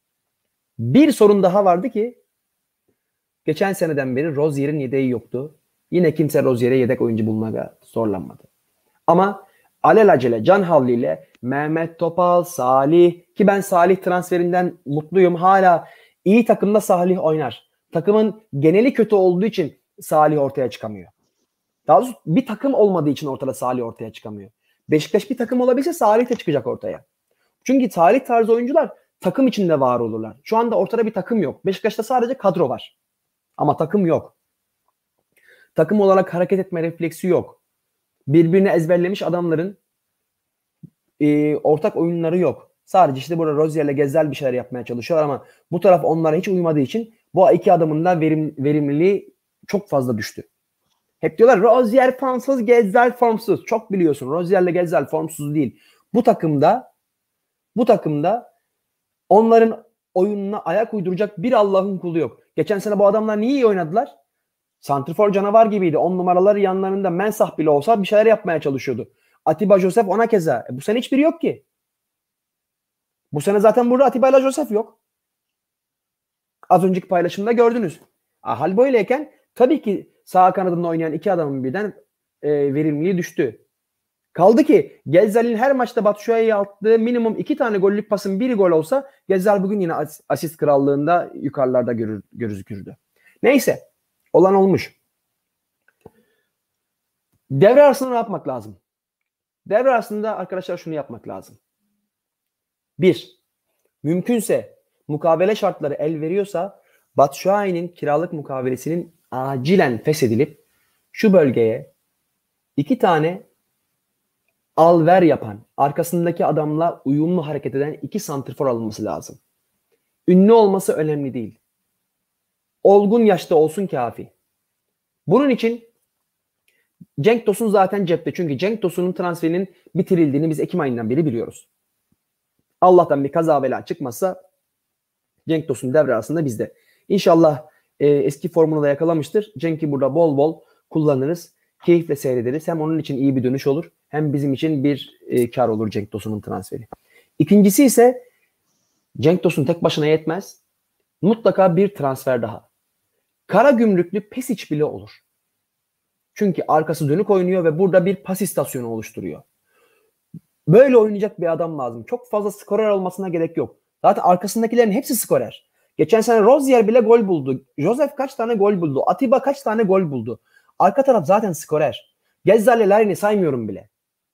Bir sorun daha vardı ki geçen seneden beri Rozier'in yedeği yoktu. Yine kimse Rozier'e yedek oyuncu bulmaya zorlanmadı. Ama alelacele can havliyle Mehmet Topal, Salih, ki ben Salih transferinden mutluyum. Hala iyi takımda Salih oynar. Takımın geneli kötü olduğu için Salih ortaya çıkamıyor. Daha doğrusu bir takım olmadığı için ortada Salih ortaya çıkamıyor. Beşiktaş bir takım olabilse Salih de çıkacak ortaya. Çünkü Salih tarzı oyuncular takım içinde var olurlar. Şu anda ortada bir takım yok. Beşiktaş'ta sadece kadro var. Ama takım yok. Takım olarak hareket etme refleksi yok. Birbirini ezberlemiş adamların e, ortak oyunları yok. Sadece işte burada Rozier'le Gezzal bir şeyler yapmaya çalışıyorlar ama bu taraf onlara hiç uymadığı için bu iki adamın da verim, verimliliği çok fazla düştü. Hep diyorlar Rozier formsuz, Gezzal formsuz. Çok biliyorsun. Rozier'le Gezzal formsuz değil. Bu takımda bu takımda onların oyununa ayak uyduracak bir Allah'ın kulu yok. Geçen sene bu adamlar niye iyi oynadılar? Santrfor canavar gibiydi. On numaraları yanlarında mensah bile olsa bir şeyler yapmaya çalışıyordu. Atiba Joseph ona keza. E, bu sene hiçbiri yok ki. Bu sene zaten burada Atiba ile Joseph yok. Az önceki paylaşımda gördünüz. A, hal böyleyken tabii ki sağ kanadında oynayan iki adamın birden e, verimliliği düştü. Kaldı ki Gezzal'in her maçta Batshuayi'ye attığı minimum iki tane gollük pasın biri gol olsa Gezzal bugün yine as- asist krallığında yukarılarda görür, gözükürdü. Neyse. Olan olmuş. Devre arasında ne yapmak lazım? Devre arasında arkadaşlar şunu yapmak lazım. Bir, mümkünse mukavele şartları el veriyorsa Batshuayi'nin kiralık mukavelesinin acilen feshedilip şu bölgeye iki tane al ver yapan, arkasındaki adamla uyumlu hareket eden iki santrfor alınması lazım. Ünlü olması önemli değil. Olgun yaşta olsun kafi. Bunun için Cenk Tosun zaten cepte. Çünkü Cenk Tosun'un transferinin bitirildiğini biz Ekim ayından beri biliyoruz. Allah'tan bir kaza bela çıkmazsa Cenk Tosun devre arasında bizde. İnşallah e, eski formunu da yakalamıştır. Cenk'i burada bol bol kullanırız. Keyifle seyrederiz. Hem onun için iyi bir dönüş olur. Hem bizim için bir e, kar olur Cenk Tosun'un transferi. İkincisi ise Cenk Tosun tek başına yetmez. Mutlaka bir transfer daha. Karagümrüklü Pesic bile olur. Çünkü arkası dönük oynuyor ve burada bir pas istasyonu oluşturuyor. Böyle oynayacak bir adam lazım. Çok fazla skorer olmasına gerek yok. Zaten arkasındakilerin hepsi skorer. Geçen sene Rozier bile gol buldu. Joseph kaç tane gol buldu? Atiba kaç tane gol buldu? Arka taraf zaten skorer. Gezzal'le Larin'i saymıyorum bile.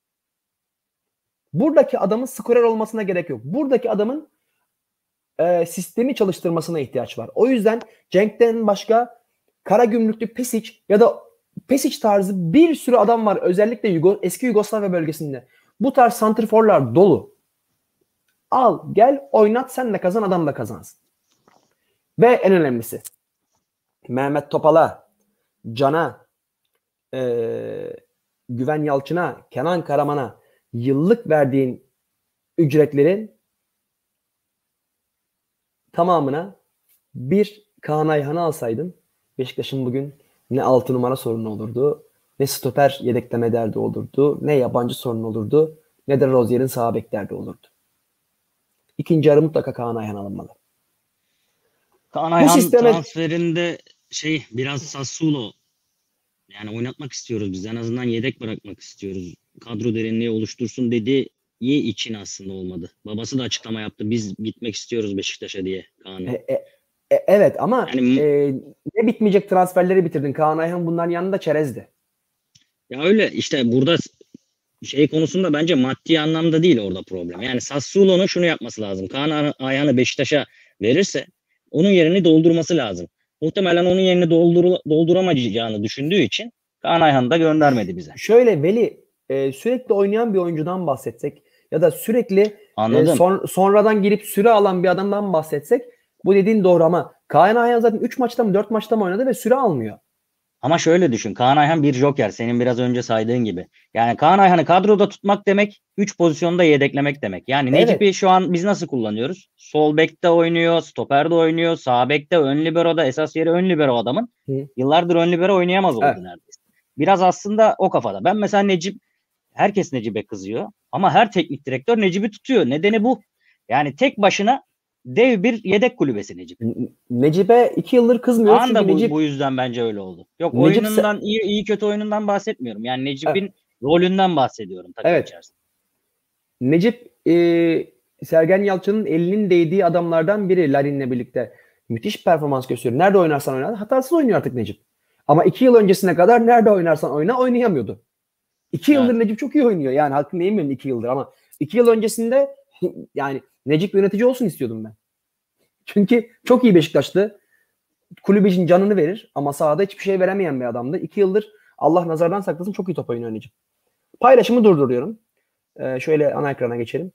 Buradaki adamın skorer olmasına gerek yok. Buradaki adamın e, sistemi çalıştırmasına ihtiyaç var. O yüzden Cenk'ten başka Karagümrüklü Pesic ya da Pesic tarzı bir sürü adam var. Özellikle Yugo, eski Yugoslavya bölgesinde. Bu tarz santrforlar dolu. Al, gel, oynat, sen de kazan, adam da kazansın. Ve en önemlisi Mehmet Topal'a, Can'a, e, Güven Yalçın'a, Kenan Karaman'a yıllık verdiğin ücretlerin tamamına bir Kaan Ayhan'ı alsaydın Beşiktaş'ın bugün ne altı numara sorunu olurdu, ne stoper yedekleme derdi olurdu, ne yabancı sorunu olurdu, ne de Rozier'in sağ bek derdi olurdu. İkinci yarı mutlaka Kaan Ayhan alınmalı. Kaan Ayhan sisteme... transferinde şey biraz Sassuolo yani oynatmak istiyoruz biz. En azından yedek bırakmak istiyoruz. Kadro derinliği oluştursun dediği için aslında olmadı. Babası da açıklama yaptı. Biz gitmek istiyoruz Beşiktaş'a diye Kaan'ın. E, e, e, evet ama yani, e, ne bitmeyecek transferleri bitirdin. Kaan Ayhan bunların yanında çerezdi. Ya öyle işte burada şey konusunda bence maddi anlamda değil orada problem. Yani Sassuolo'nun şunu yapması lazım. Kaan Ayhan'ı Beşiktaş'a verirse onun yerini doldurması lazım. Muhtemelen onun yerini doldur, dolduramayacağını düşündüğü için Kaan Ayhan'ı da göndermedi bize. Şöyle Veli e, sürekli oynayan bir oyuncudan bahsetsek ya da sürekli e, son, sonradan girip süre alan bir adamdan bahsetsek bu dediğin doğru ama Kaan Ayhan zaten üç maçta mı dört maçta mı oynadı ve süre almıyor. Ama şöyle düşün. Kaan Ayhan bir joker. Senin biraz önce saydığın gibi. Yani Kaan Ayhan'ı kadroda tutmak demek üç pozisyonda yedeklemek demek. Yani evet. Necip'i şu an biz nasıl kullanıyoruz? Sol bekte oynuyor, stoperde oynuyor, sağ bekte, ön libero'da esas yeri ön libero adamın. Hı. Yıllardır ön libero oynayamaz oldu evet. neredeyse. Biraz aslında o kafada. Ben mesela Necip, herkes Necip'e kızıyor ama her teknik direktör Necip'i tutuyor. Nedeni bu. Yani tek başına dev bir yedek kulübesi Necip. Necip'e iki yıldır kızmıyoruz. Kaan da bu, Necip... bu yüzden bence öyle oldu. Yok Necip... oyunundan, iyi, iyi kötü oyunundan bahsetmiyorum. Yani Necip'in evet. rolünden bahsediyorum takım evet. içerisinde. Necip e, Sergen Yalçın'ın elinin değdiği adamlardan biri Larin'le birlikte. Müthiş performans gösteriyor. Nerede oynarsan oyna. Hatasız oynuyor artık Necip. Ama iki yıl öncesine kadar nerede oynarsan oyna oynayamıyordu. İki yıldır evet. Necip çok iyi oynuyor. Yani hakkını yemiyorum iki yıldır ama iki yıl öncesinde yani Necip yönetici olsun istiyordum ben. Çünkü çok iyi Beşiktaşlı. Kulübü için canını verir ama sahada hiçbir şey veremeyen bir adamdı. İki yıldır Allah nazardan saklasın çok iyi top oynuyor Necip. Paylaşımı durduruyorum. Ee, şöyle ana ekrana geçelim.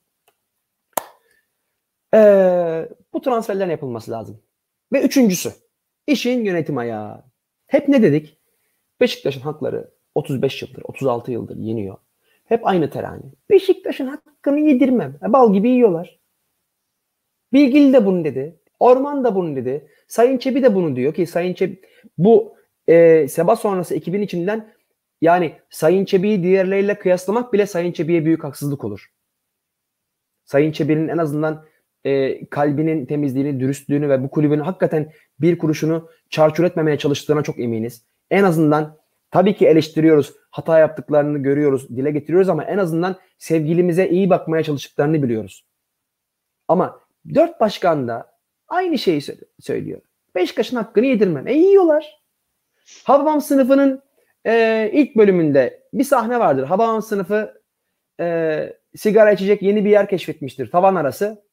Ee, bu transferlerin yapılması lazım. Ve üçüncüsü. İşin yönetim ayağı. Hep ne dedik? Beşiktaş'ın hakları otuz beş yıldır, otuz altı yıldır yeniyor. Hep aynı terane. Beşiktaş'ın hakkını yedirmem. Bal gibi yiyorlar. Bilgili de bunu dedi. Orman da bunu dedi. Sayın Çebi de bunu diyor ki Sayın Çebi bu e, Seba sonrası ekibin içinden Yani Sayın Çebi'yi diğerleriyle kıyaslamak bile Sayın Çebi'ye büyük haksızlık olur. Sayın Çebi'nin en azından e, kalbinin temizliğini, dürüstlüğünü ve bu kulübün hakikaten bir kuruşunu çarçur etmemeye çalıştığına çok eminiz. En azından tabii ki eleştiriyoruz, hata yaptıklarını görüyoruz, dile getiriyoruz ama en azından sevgilimize iyi bakmaya çalıştıklarını biliyoruz. Ama dört başkan da aynı şeyi söylüyor. Beşiktaş'ın hakkını yedirmem. E yiyorlar. Hababam sınıfının e, ilk bölümünde bir sahne vardır. Hababam sınıfı e, sigara içecek yeni bir yer keşfetmiştir. Tavan arası.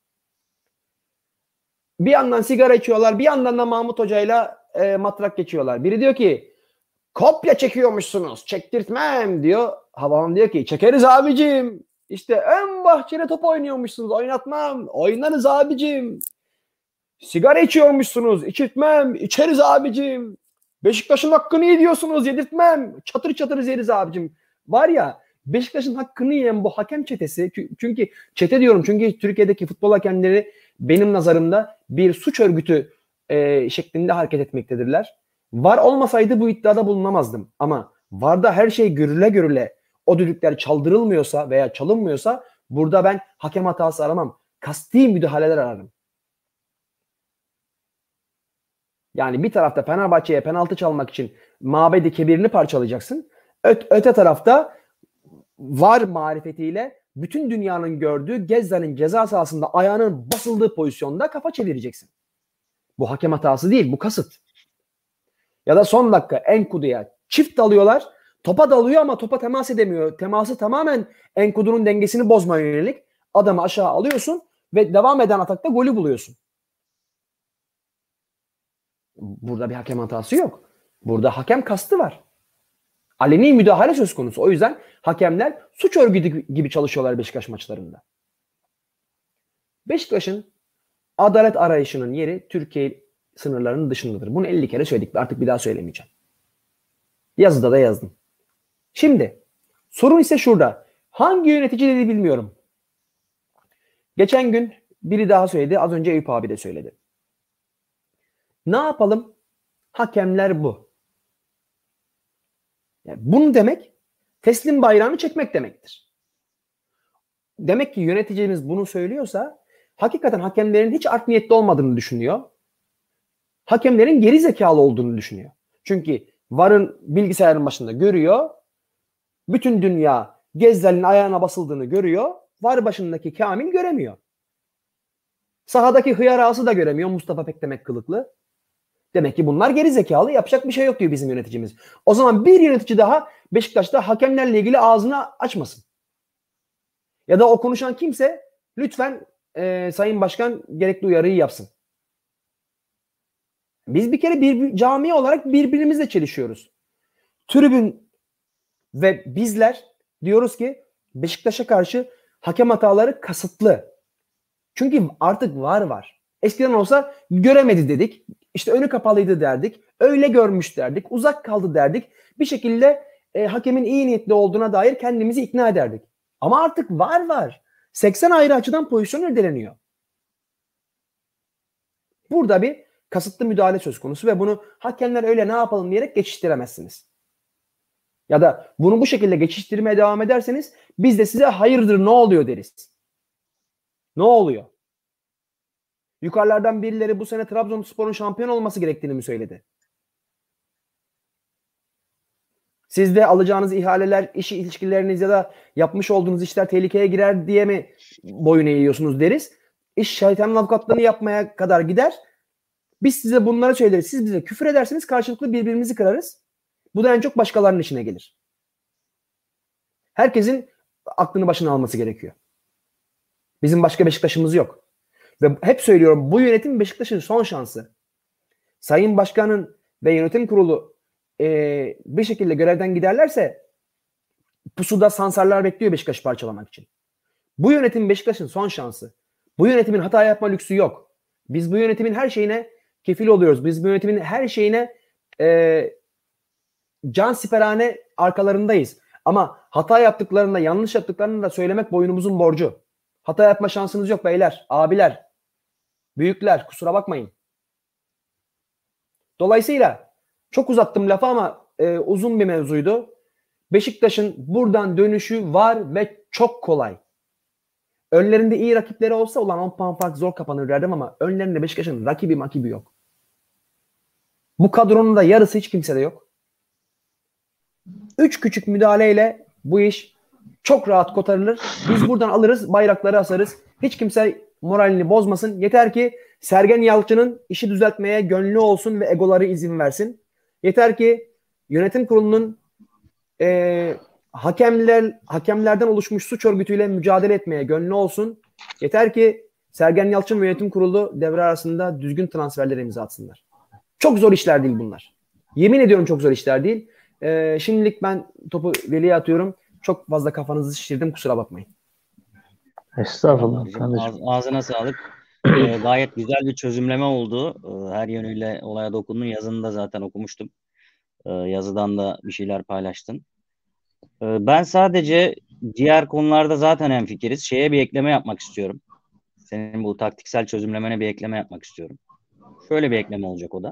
Bir yandan sigara içiyorlar, bir yandan da Mahmut Hoca'yla e, matrak geçiyorlar. Biri diyor ki kopya çekiyormuşsunuz, çektirtmem diyor. Hababam diyor ki çekeriz abicim. İşte ön bahçede top oynuyormuşsunuz, oynatmam. Oynarız abicim. Sigara içiyormuşsunuz, içirtmem. İçeriz abicim. Beşiktaş'ın hakkını yiyorsunuz, yedirtmem. Çatır çatır yeriz abicim. Var ya, Beşiktaş'ın hakkını yiyen bu hakem çetesi, çünkü çete diyorum çünkü Türkiye'deki futbol hakemleri benim nazarımda bir suç örgütü e, şeklinde hareket etmektedirler. VAR olmasaydı bu iddiada bulunamazdım. Ama VAR'da her şey görüle görüle o düdükler çaldırılmıyorsa veya çalınmıyorsa burada ben hakem hatası aramam. Kasti müdahaleler ararım. Yani bir tarafta Fenerbahçe'ye penaltı çalmak için Mabedi Kebir'ini parçalayacaksın. Öte, öte tarafta VAR marifetiyle bütün dünyanın gördüğü Gezza'nın ceza sahasında ayağının basıldığı pozisyonda kafa çevireceksin. Bu hakem hatası değil, bu kasıt. Ya da son dakika Enkudu'ya çift dalıyorlar. Topa dalıyor ama topa temas edemiyor. Teması tamamen Enkudu'nun dengesini bozmaya yönelik. Adamı aşağı alıyorsun ve devam eden atakta golü buluyorsun. Burada bir hakem hatası yok. Burada hakem kastı var. Aleni müdahale söz konusu. O yüzden hakemler suç örgütü gibi çalışıyorlar Beşiktaş maçlarında. Beşiktaş'ın adalet arayışının yeri Türkiye sınırlarının dışındadır. Bunu elli kere söyledik. Artık bir daha söylemeyeceğim. Yazıda da yazdım. Şimdi sorun ise şurada. Hangi yönetici dedi bilmiyorum. Geçen gün biri daha söyledi. Az önce Eyüp abi de söyledi. Ne yapalım? Hakemler bu. Yani bunu demek teslim bayrağını çekmek demektir. Demek ki yöneticimiz bunu söylüyorsa hakikaten hakemlerin hiç art niyetli olmadığını düşünüyor. Hakemlerin geri zekalı olduğunu düşünüyor. Çünkü VAR'ın bilgisayarın başında görüyor. Bütün dünya Gezzal'in ayağına basıldığını görüyor. VAR başındaki Kamil göremiyor. Sahadaki hıyar ağası da göremiyor. Mustafa Pekdemek kılıklı. Demek ki bunlar geri zekalı. Yapacak bir şey yok diyor bizim yöneticimiz. O zaman bir yönetici daha Beşiktaş'ta hakemlerle ilgili ağzını açmasın. Ya da o konuşan kimse lütfen e, Sayın Başkan gerekli uyarıyı yapsın. Biz bir kere bir cami olarak birbirimizle çelişiyoruz. Tribün ve bizler diyoruz ki Beşiktaş'a karşı hakem hataları kasıtlı. Çünkü artık var var. Eskiden olsa göremedi dedik. İşte önü kapalıydı derdik. Öyle görmüş derdik. Uzak kaldı derdik. Bir şekilde e, hakemin iyi niyetli olduğuna dair kendimizi ikna ederdik. Ama artık var var. seksen ayrı açıdan pozisyon irdeleniyor. Burada bir kasıtlı müdahale söz konusu ve bunu hakemler öyle ne yapalım diyerek geçiştiremezsiniz. Ya da bunu bu şekilde geçiştirmeye devam ederseniz biz de size hayırdır ne oluyor deriz. Ne oluyor? Yukarılardan birileri bu sene Trabzonspor'un şampiyon olması gerektiğini mi söyledi? Siz de alacağınız ihaleler, iş ilişkileriniz ya da yapmış olduğunuz işler tehlikeye girer diye mi boyun eğiyorsunuz deriz. İş şeytanın avukatlığını yapmaya kadar gider. Biz size bunları söyleriz. Siz bize küfür ederseniz karşılıklı birbirimizi kırarız. Bu da en çok başkalarının işine gelir. Herkesin aklını başına alması gerekiyor. Bizim başka Beşiktaş'ımız yok. Ve hep söylüyorum bu yönetim Beşiktaş'ın son şansı. Sayın Başkan'ın ve yönetim kurulu e, bir şekilde görevden giderlerse pusuda sansarlar bekliyor Beşiktaş'ı parçalamak için. Bu yönetim Beşiktaş'ın son şansı. Bu yönetimin hata yapma lüksü yok. Biz bu yönetimin her şeyine kefil oluyoruz. Biz bu yönetimin her şeyine e, can siperhane arkalarındayız. Ama hata yaptıklarında, yanlış yaptıklarını da söylemek boynumuzun borcu. Hata yapma şansınız yok beyler, abiler, büyükler, kusura bakmayın. Dolayısıyla çok uzattım lafı ama e, uzun bir mevzuydu. Beşiktaş'ın buradan dönüşü var ve çok kolay. Önlerinde iyi rakipleri olsa olan on puan fark zor kapanır derdim ama önlerinde Beşiktaş'ın rakibi makibi yok. Bu kadronun da yarısı hiç kimsede yok. Üç küçük müdahaleyle bu iş çok rahat kotarılır. Biz buradan alırız, bayrakları asarız. Hiç kimse moralini bozmasın. Yeter ki Sergen Yalçın'ın işi düzeltmeye gönlü olsun ve egoları izin versin. Yeter ki yönetim kurulunun e, hakemler hakemlerden oluşmuş suç örgütüyle mücadele etmeye gönlü olsun. Yeter ki Sergen Yalçın ve yönetim kurulu devre arasında düzgün transferlere imza atsınlar. Çok zor işler değil bunlar. Yemin ediyorum çok zor işler değil. Ee, şimdilik ben topu Veli'ye atıyorum. Çok fazla kafanızı şişirdim. Kusura bakmayın. Estağfurullah. Ağz, ağzına sağlık. Ee, gayet güzel bir çözümleme oldu. Ee, her yönüyle olaya dokundun. Yazını da zaten okumuştum. Ee, yazıdan da bir şeyler paylaştın. Ee, ben sadece diğer konularda zaten hemfikiriz. Şeye bir ekleme yapmak istiyorum. Senin bu taktiksel çözümlemene bir ekleme yapmak istiyorum. Şöyle bir ekleme olacak o da.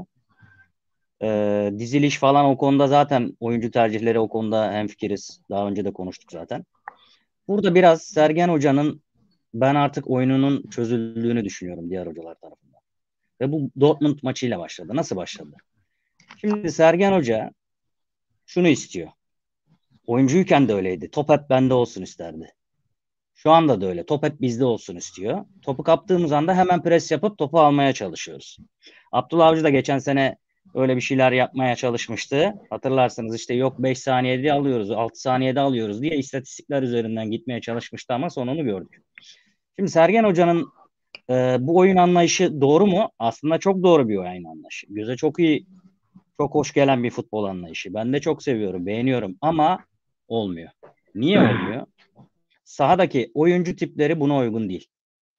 Ee, diziliş falan o konuda zaten oyuncu tercihleri o konuda hemfikiriz. Daha önce de konuştuk zaten. Burada biraz Sergen Hoca'nın ben artık oyununun çözüldüğünü düşünüyorum diğer hocalar tarafından. Ve bu Dortmund maçıyla başladı. Nasıl başladı? Şimdi Sergen Hoca şunu istiyor. Oyuncuyken de öyleydi. Top hep bende olsun isterdi. Şu anda da öyle. Top hep bizde olsun istiyor. Topu kaptığımız anda hemen pres yapıp topu almaya çalışıyoruz. Abdullah Avcı da geçen sene öyle bir şeyler yapmaya çalışmıştı. Hatırlarsınız işte yok beş saniyede alıyoruz, altı saniyede alıyoruz diye istatistikler üzerinden gitmeye çalışmıştı ama sonunu gördük. Şimdi Sergen Hoca'nın e, bu oyun anlayışı doğru mu? Aslında çok doğru bir oyun anlayışı. Göze çok iyi, çok hoş gelen bir futbol anlayışı. Ben de çok seviyorum, beğeniyorum ama olmuyor. Niye olmuyor? Sahadaki oyuncu tipleri buna uygun değil.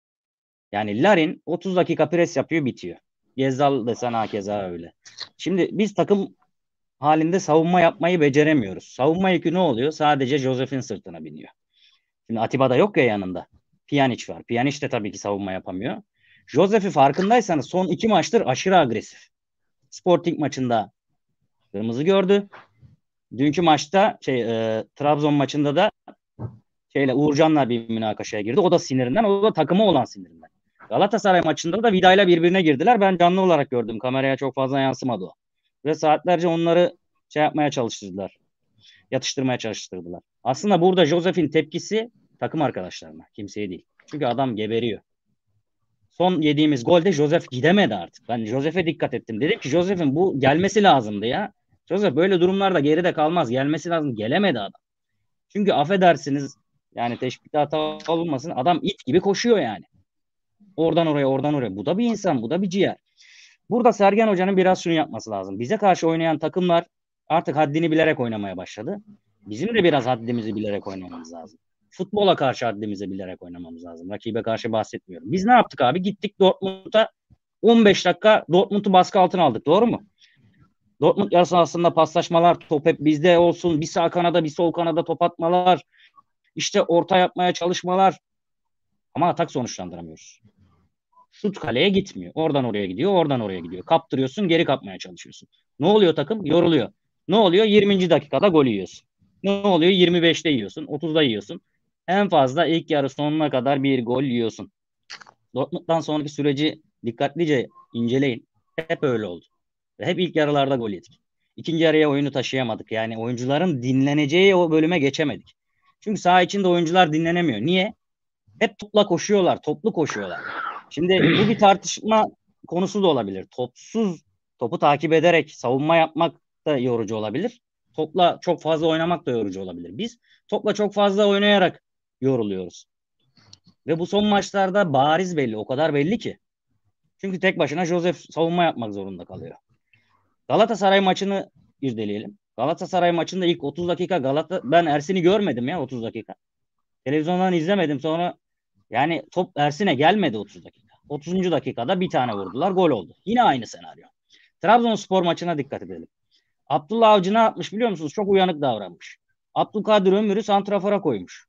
Yani Larin otuz dakika pres yapıyor, bitiyor. Gezzal desen hakeza öyle. Şimdi biz takım halinde savunma yapmayı beceremiyoruz. Savunma yükü ne oluyor? Sadece Josef'in sırtına biniyor. Şimdi Atiba da yok ya yanında. Pjanic var. Pjanic de tabii ki savunma yapamıyor. Josef'i farkındaysanız son iki maçtır aşırı agresif. Sporting maçında kırmızı gördü. Dünkü maçta şey e, Trabzon maçında da şeyle Uğurcan'la bir münakaşaya girdi. O da sinirinden, o da takımı olan sinirinden. Galatasaray maçında da Vida'yla birbirine girdiler. Ben canlı olarak gördüm. Kameraya çok fazla yansımadı o. Ve saatlerce onları şey yapmaya çalıştırdılar. Yatıştırmaya çalıştırdılar. Aslında burada Josef'in tepkisi takım arkadaşlarına. Kimseye değil. Çünkü adam geberiyor. Son yediğimiz golde Josef gidemedi artık. Ben Josef'e dikkat ettim. Dedim ki Josef'in bu gelmesi lazımdı ya. Josef böyle durumlarda geride kalmaz. Gelmesi lazım. Gelemedi adam. Çünkü affedersiniz yani teşbihte hata olmasın. Adam it gibi koşuyor yani. Oradan oraya, oradan oraya. Bu da bir insan, bu da bir ciğer. Burada Sergen Hoca'nın biraz şunu yapması lazım. Bize karşı oynayan takımlar artık haddini bilerek oynamaya başladı. Bizim de biraz haddimizi bilerek oynamamız lazım. Futbola karşı haddimizi bilerek oynamamız lazım. Rakibe karşı bahsetmiyorum. Biz ne yaptık abi? Gittik Dortmund'a on beş dakika Dortmund'u baskı altına aldık. Doğru mu? Dortmund yarı sahasında paslaşmalar, top hep bizde olsun. Bir sağ kanada, bir sol kanada top atmalar. İşte orta yapmaya çalışmalar. Ama atak sonuçlandıramıyoruz. Şut kaleye gitmiyor. Oradan oraya gidiyor, oradan oraya gidiyor. Kaptırıyorsun, geri kapmaya çalışıyorsun. Ne oluyor takım? Yoruluyor. Ne oluyor? yirminci dakikada gol yiyorsun. Ne oluyor? yirmi beşte yiyorsun, otuzda yiyorsun. En fazla ilk yarı sonuna kadar bir gol yiyorsun. Dortmund'dan sonraki süreci dikkatlice inceleyin. Hep öyle oldu. Ve hep ilk yarılarda gol yedik. İkinci yarıya oyunu taşıyamadık. Yani oyuncuların dinleneceği o bölüme geçemedik. Çünkü saha içinde oyuncular dinlenemiyor. Niye? Hep topla koşuyorlar, toplu koşuyorlar. Şimdi bu bir tartışma konusu da olabilir. Topsuz, topu takip ederek savunma yapmak da yorucu olabilir. Topla çok fazla oynamak da yorucu olabilir. Biz topla çok fazla oynayarak yoruluyoruz. Ve bu son maçlarda bariz belli. O kadar belli ki. Çünkü tek başına Josef savunma yapmak zorunda kalıyor. Galatasaray maçını irdeleyelim. Galatasaray maçında ilk otuz dakika Galata ben Ersin'i görmedim ya otuz dakika. Televizyondan izlemedim. Sonra yani top Ersin'e gelmedi otuz dakika. otuzuncu dakikada bir tane vurdular. Gol oldu. Yine aynı senaryo. Trabzonspor maçına dikkat edelim. Abdullah Avcı ne yapmış biliyor musunuz? Çok uyanık davranmış. Abdülkadir Ömür'ü santrafora koymuş.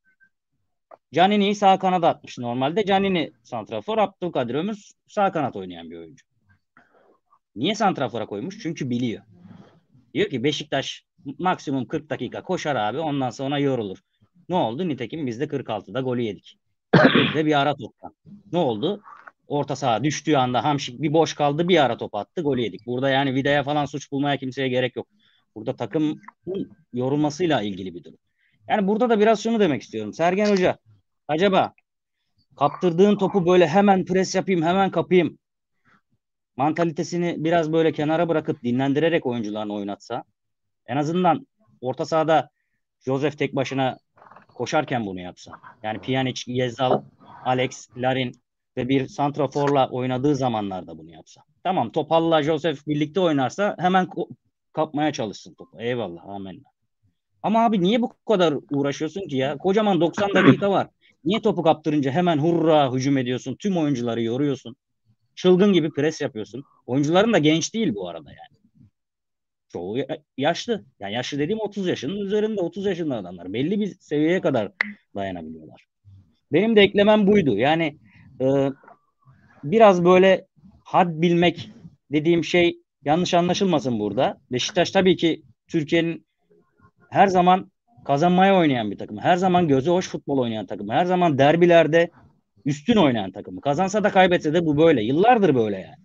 Canini'yi sağ kanada atmış normalde. Canini santrafor, Abdülkadir Ömür sağ kanat oynayan bir oyuncu. Niye santrafora koymuş? Çünkü biliyor. Diyor ki Beşiktaş maksimum kırk dakika koşar abi. Ondan sonra yorulur. Ne oldu? Nitekim biz de kırk altıda golü yedik. Ve bir ara toptan. Ne oldu? Orta saha düştüğü anda Hamşik bir boş kaldı, bir ara top attı, golü yedik. Burada yani Vida'ya falan suç bulmaya kimseye gerek yok. Burada takımın yorulmasıyla ilgili bir durum. Yani burada da biraz şunu demek istiyorum. Sergen Hoca, acaba kaptırdığın topu böyle hemen pres yapayım, hemen kapayım mantalitesini biraz böyle kenara bırakıp dinlendirerek oyuncularını oynatsa, en azından orta sahada Josef tek başına koşarken bunu yapsa. Yani Pjanic, Gezal, Alex, Larin ve bir santraforla oynadığı zamanlarda bunu yapsa. Tamam, Topal'la Josef birlikte oynarsa hemen ko- kapmaya çalışsın topu. Eyvallah, amenna. Ama abi niye bu kadar uğraşıyorsun ki ya? Kocaman doksan dakika var. Niye topu kaptırınca hemen hurra hücum ediyorsun? Tüm oyuncuları yoruyorsun. Çılgın gibi pres yapıyorsun. Oyuncuların da genç değil bu arada yani. Çoğu yaşlı. Yani yaşlı dediğim otuz yaşının üzerinde, otuz yaşında adamlar. Belli bir seviyeye kadar dayanabiliyorlar. Benim de eklemem buydu. Yani e, biraz böyle had bilmek dediğim şey yanlış anlaşılmasın burada. Beşiktaş tabii ki Türkiye'nin her zaman kazanmaya oynayan bir takım. Her zaman gözü hoş futbol oynayan takım. Her zaman derbilerde üstün oynayan takım. Kazansa da kaybetse de bu böyle. Yıllardır böyle yani.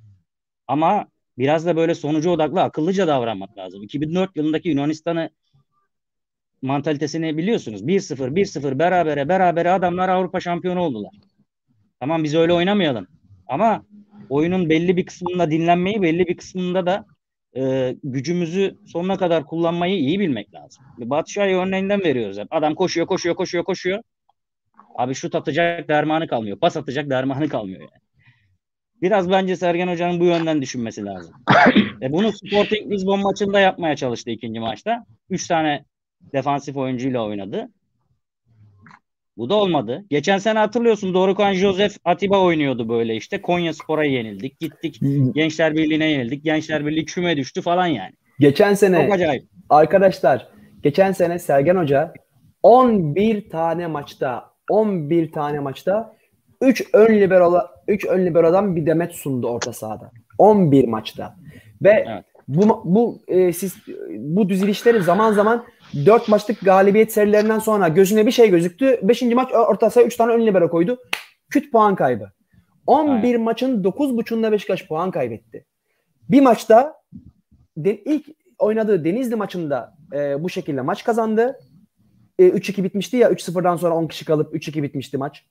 Ama biraz da böyle sonucu odaklı, akıllıca davranmak lazım. iki bin dört yılındaki Yunanistan'ı mantalitesini biliyorsunuz. bir sıfır bir sıfır berabere berabere adamlar Avrupa şampiyonu oldular. Tamam, biz öyle oynamayalım. Ama oyunun belli bir kısmında dinlenmeyi, belli bir kısmında da e, gücümüzü sonuna kadar kullanmayı iyi bilmek lazım. Batu Şua'yı örneğinden veriyoruz hep. Adam koşuyor, koşuyor, koşuyor, koşuyor. Abi şut atacak dermanı kalmıyor. Pas atacak dermanı kalmıyor yani. Biraz bence Sergen Hoca'nın bu yönden düşünmesi lazım. E bunu Sporting Lisbon maçında yapmaya çalıştı ikinci maçta. Üç tane defansif oyuncuyla oynadı. Bu da olmadı. Geçen sene hatırlıyorsun, Dorukhan Josef Atiba oynuyordu böyle işte. Konyaspor'a yenildik. Gittik Gençler Birliği'ne yenildik. Gençler Birliği küme düştü falan yani. Geçen sene Çok acayip. arkadaşlar, geçen sene Sergen Hoca on bir tane maçta on bir tane maçta üç ön libero üç ön libero'dan bir demet sundu orta sahada. on bir maçta. Ve Evet. bu bu e, siz bu dizilişleri zaman zaman dört maçlık galibiyet serilerinden sonra gözüne bir şey gözüktü. beşinci maç orta sahaya üç tane ön libero koydu. Küt puan kaybı. on bir Aynen. maçın dokuz buçuğunda Beşiktaş puan kaybetti. Bir maçta de, ilk oynadığı Denizli maçında e, bu şekilde maç kazandı. E, üç iki bitmişti ya, üç sıfırdan sonra on kişi kalıp üç iki bitmişti maç.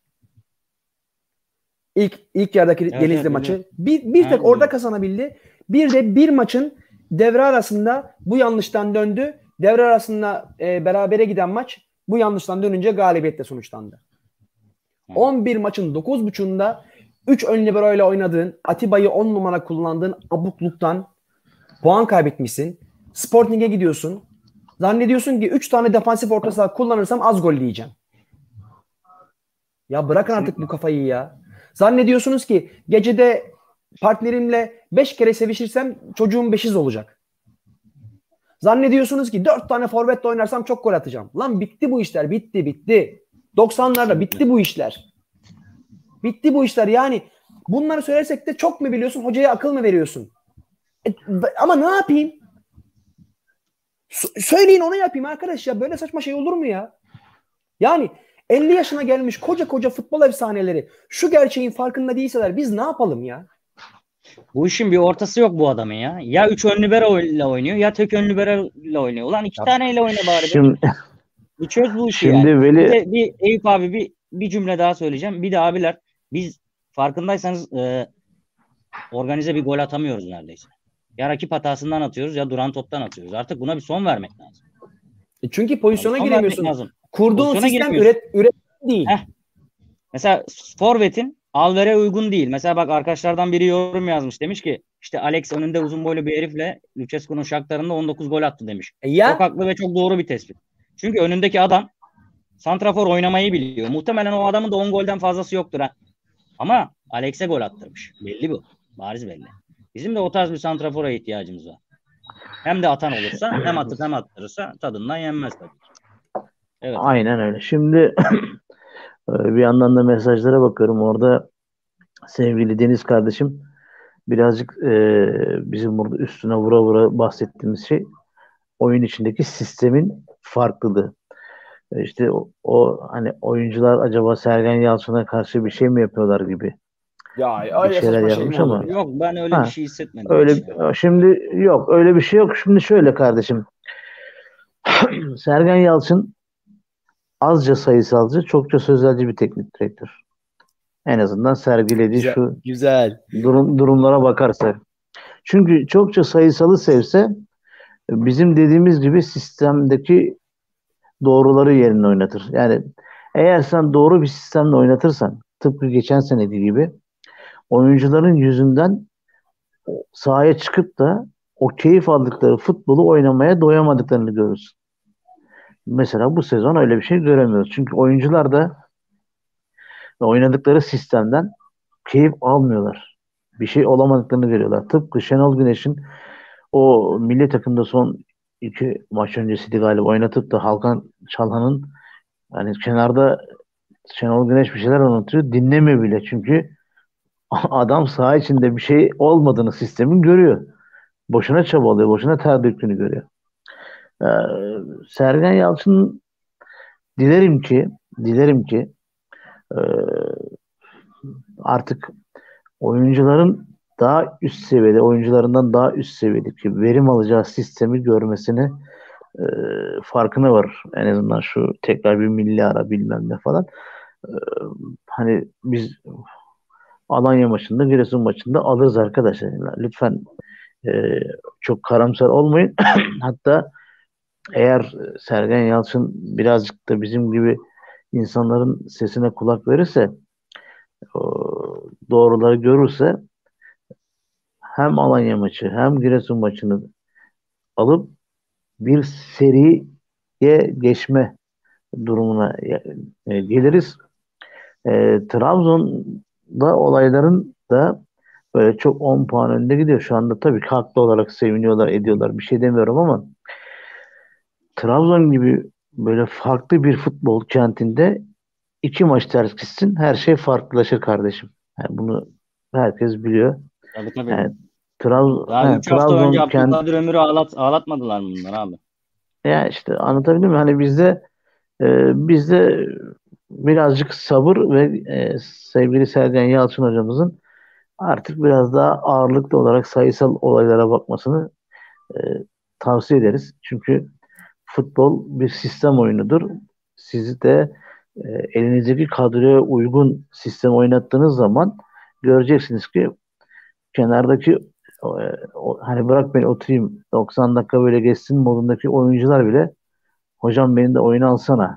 İlk ilk yarıdaki evet, Denizli evet, maçı. Evet. Bir, bir tek evet, orada kazanabildi. Bir de bir maçın devre arasında bu yanlıştan döndü. Devre arasında e, berabere giden maç bu yanlıştan dönünce galibiyetle sonuçlandı. Evet. on bir maçın dokuz buçuğunda üç ön libero ile oynadığın, Atiba'yı on numara kullandığın abukluktan puan kaybetmişsin. Sporting'e gidiyorsun. Zannediyorsun ki üç tane defansif orta saha kullanırsam az gol yiyeceğim. Ya bırakın artık bu kafayı ya. Zannediyorsunuz ki gecede partnerimle beş kere sevişirsem çocuğum beşiz olacak. Zannediyorsunuz ki dört tane forvetle oynarsam çok gol atacağım. Lan bitti bu işler. Bitti bitti. doksanlarda bitti bu işler. Bitti bu işler. Yani bunları söylersek de çok mu biliyorsun? Hocaya akıl mı veriyorsun? E, ama ne yapayım? S- söyleyin onu yapayım arkadaş ya. Böyle saçma şey olur mu ya? Yani elli yaşına gelmiş koca koca futbol efsaneleri şu gerçeğin farkında değilseler biz ne yapalım ya? Bu işin bir ortası yok bu adamın ya. Ya üç ön libero ile oynuyor ya tek ön libero ile oynuyor. Ulan iki ya, taneyle oyna bari. Şimdi, bir çöz bu işi şimdi yani. Veli... Bir, de, bir Eyüp abi bir, bir cümle daha söyleyeceğim. Bir de abiler, biz farkındaysanız e, organize bir gol atamıyoruz neredeyse. Ya rakip hatasından atıyoruz ya duran toptan atıyoruz. Artık buna bir son vermek lazım. E çünkü pozisyona giremiyorsun. Kurduğun pozisyona sistem üret, üret değil. Heh. Mesela forvetin Alver'e uygun değil. Mesela bak, arkadaşlardan biri yorum yazmış. Demiş ki işte Alex önünde uzun boylu bir herifle Lucescu'nun Shakhtar'ında on dokuz gol attı demiş. E ya? Çok haklı ve çok doğru bir tespit. Çünkü önündeki adam santrafor oynamayı biliyor. Muhtemelen o adamın da on golden fazlası yoktur ha. Ama Alex'e gol attırmış. Belli bu. Bariz belli. Bizim de o tarz bir santrafora ihtiyacımız var. Hem de atan olursa, hem atıp hem attırırsa tadından yenmez tabii. Evet. Aynen öyle. Şimdi bir yandan da mesajlara bakıyorum. Orada sevgili Deniz kardeşim birazcık e, bizim burada üstüne vura vura bahsettiğimiz şey oyun içindeki sistemin farklılığı. E, İşte o, o hani oyuncular acaba Sergen Yalçın'a karşı bir şey mi yapıyorlar gibi Ya bir öyle şeyler saçma şey mi yapmış olur ama ya? Yok, ben öyle bir ha şey hissetmedim hiç öyle ya. şimdi yok öyle bir şey yok. Şimdi şöyle kardeşim. Sergen Yalçın azca sayısalcı, çokça sözelci bir teknik direktör. En azından sergilediği Güzel. şu Güzel. durum durumlara bakarsak. Çünkü çokça sayısalı sevse bizim dediğimiz gibi sistemdeki doğruları yerine oynatır. Yani eğer sen doğru bir sistemle oynatırsan tıpkı geçen seneki gibi oyuncuların yüzünden sahaya çıkıp da o keyif aldıkları futbolu oynamaya doyamadıklarını görürsün. Mesela bu sezon öyle bir şey göremiyoruz. Çünkü oyuncular da oynadıkları sistemden keyif almıyorlar. Bir şey olamadıklarını görüyorlar. Tıpkı Şenol Güneş'in o milli takımda son iki maç öncesiydi galiba oynatıp da Hakan Çalhano'nun yani kenarda Şenol Güneş bir şeyler anlatıyor. Dinlemiyor bile. Çünkü adam saha içinde bir şey olmadığını sistemin görüyor. Boşuna çabalıyor. Boşuna ter döktüğünü görüyor. Ee, Sergen Yalçın dilerim ki dilerim ki e, artık oyuncuların daha üst seviyede, oyuncularından daha üst seviyedeki verim alacağı sistemi görmesini e, farkına var. En azından şu tekrar bir milli ara bilmem ne falan. E, Hani biz Alanya maçında, Giresun maçında alırız arkadaşlar. Lütfen e, çok karamsar olmayın. Hatta eğer Sergen Yalçın birazcık da bizim gibi insanların sesine kulak verirse, o, doğruları görürse hem Alanya maçı hem Giresun maçını alıp bir seriye geçme durumuna e, geliriz. E, Trabzon'da olayların da böyle çok on puan önde gidiyor. Şu anda tabii ki haklı olarak seviniyorlar, ediyorlar. Bir şey demiyorum ama Trabzon gibi böyle farklı bir futbol kentinde iki maç ters gitsin her şey farklılaşır kardeşim. Yani bunu herkes biliyor. Tabii tabii. Yani Trabzon, Daha yani üç hafta önce Trabzon kent Abdülkadir Ömür'ü ağlat, ağlatmadılar mı bunlar abi? ya işte anlatabildim mi? Hani bizde e, bizde birazcık sabır ve e, sevgili Sergen Yalçın hocamızın artık biraz daha ağırlıklı olarak sayısal olaylara bakmasını e, tavsiye ederiz. Çünkü futbol bir sistem oyunudur. Sizi de e, elinizdeki kadroya uygun sistem oynattığınız zaman göreceksiniz ki kenardaki o, e, o- hani bırak beni oturayım doksan dakika böyle geçsin modundaki oyuncular bile hocam beni de oyuna alsana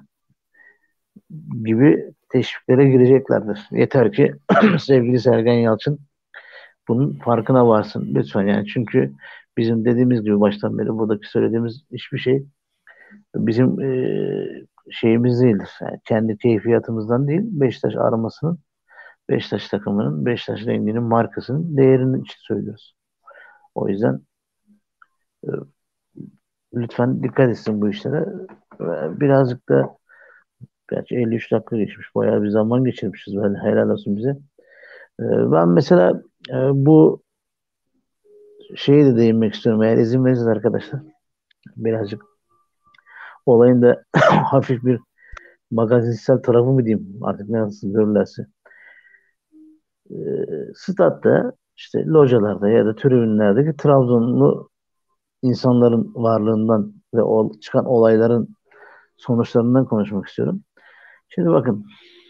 gibi teşviklere gireceklerdir. Yeter ki sevgili Sergen Yalçın bunun farkına varsın lütfen yani çünkü bizim dediğimiz gibi baştan beri buradaki söylediğimiz hiçbir şey bizim e, şeyimiz değildir. Yani kendi keyfiyatımızdan değil Beşiktaş armasının Beşiktaş takımının Beşiktaş renginin markasının değerinin için söylüyoruz. O yüzden e, lütfen dikkat etsin bu işlere. Ve birazcık da gerçi elli üç dakika geçmiş. Bayağı bir zaman geçirmişiz. Böyle helal olsun bize. E, ben mesela e, bu şeye de değinmek istiyorum. Eğer izin verirseniz arkadaşlar. Birazcık olayın da hafif bir magazinsel tarafı mı diyeyim artık ne nasıl görürlerse. E, Statta işte localarda ya da tribünlerdeki Trabzonlu insanların varlığından ve o çıkan olayların sonuçlarından konuşmak istiyorum. Şimdi bakın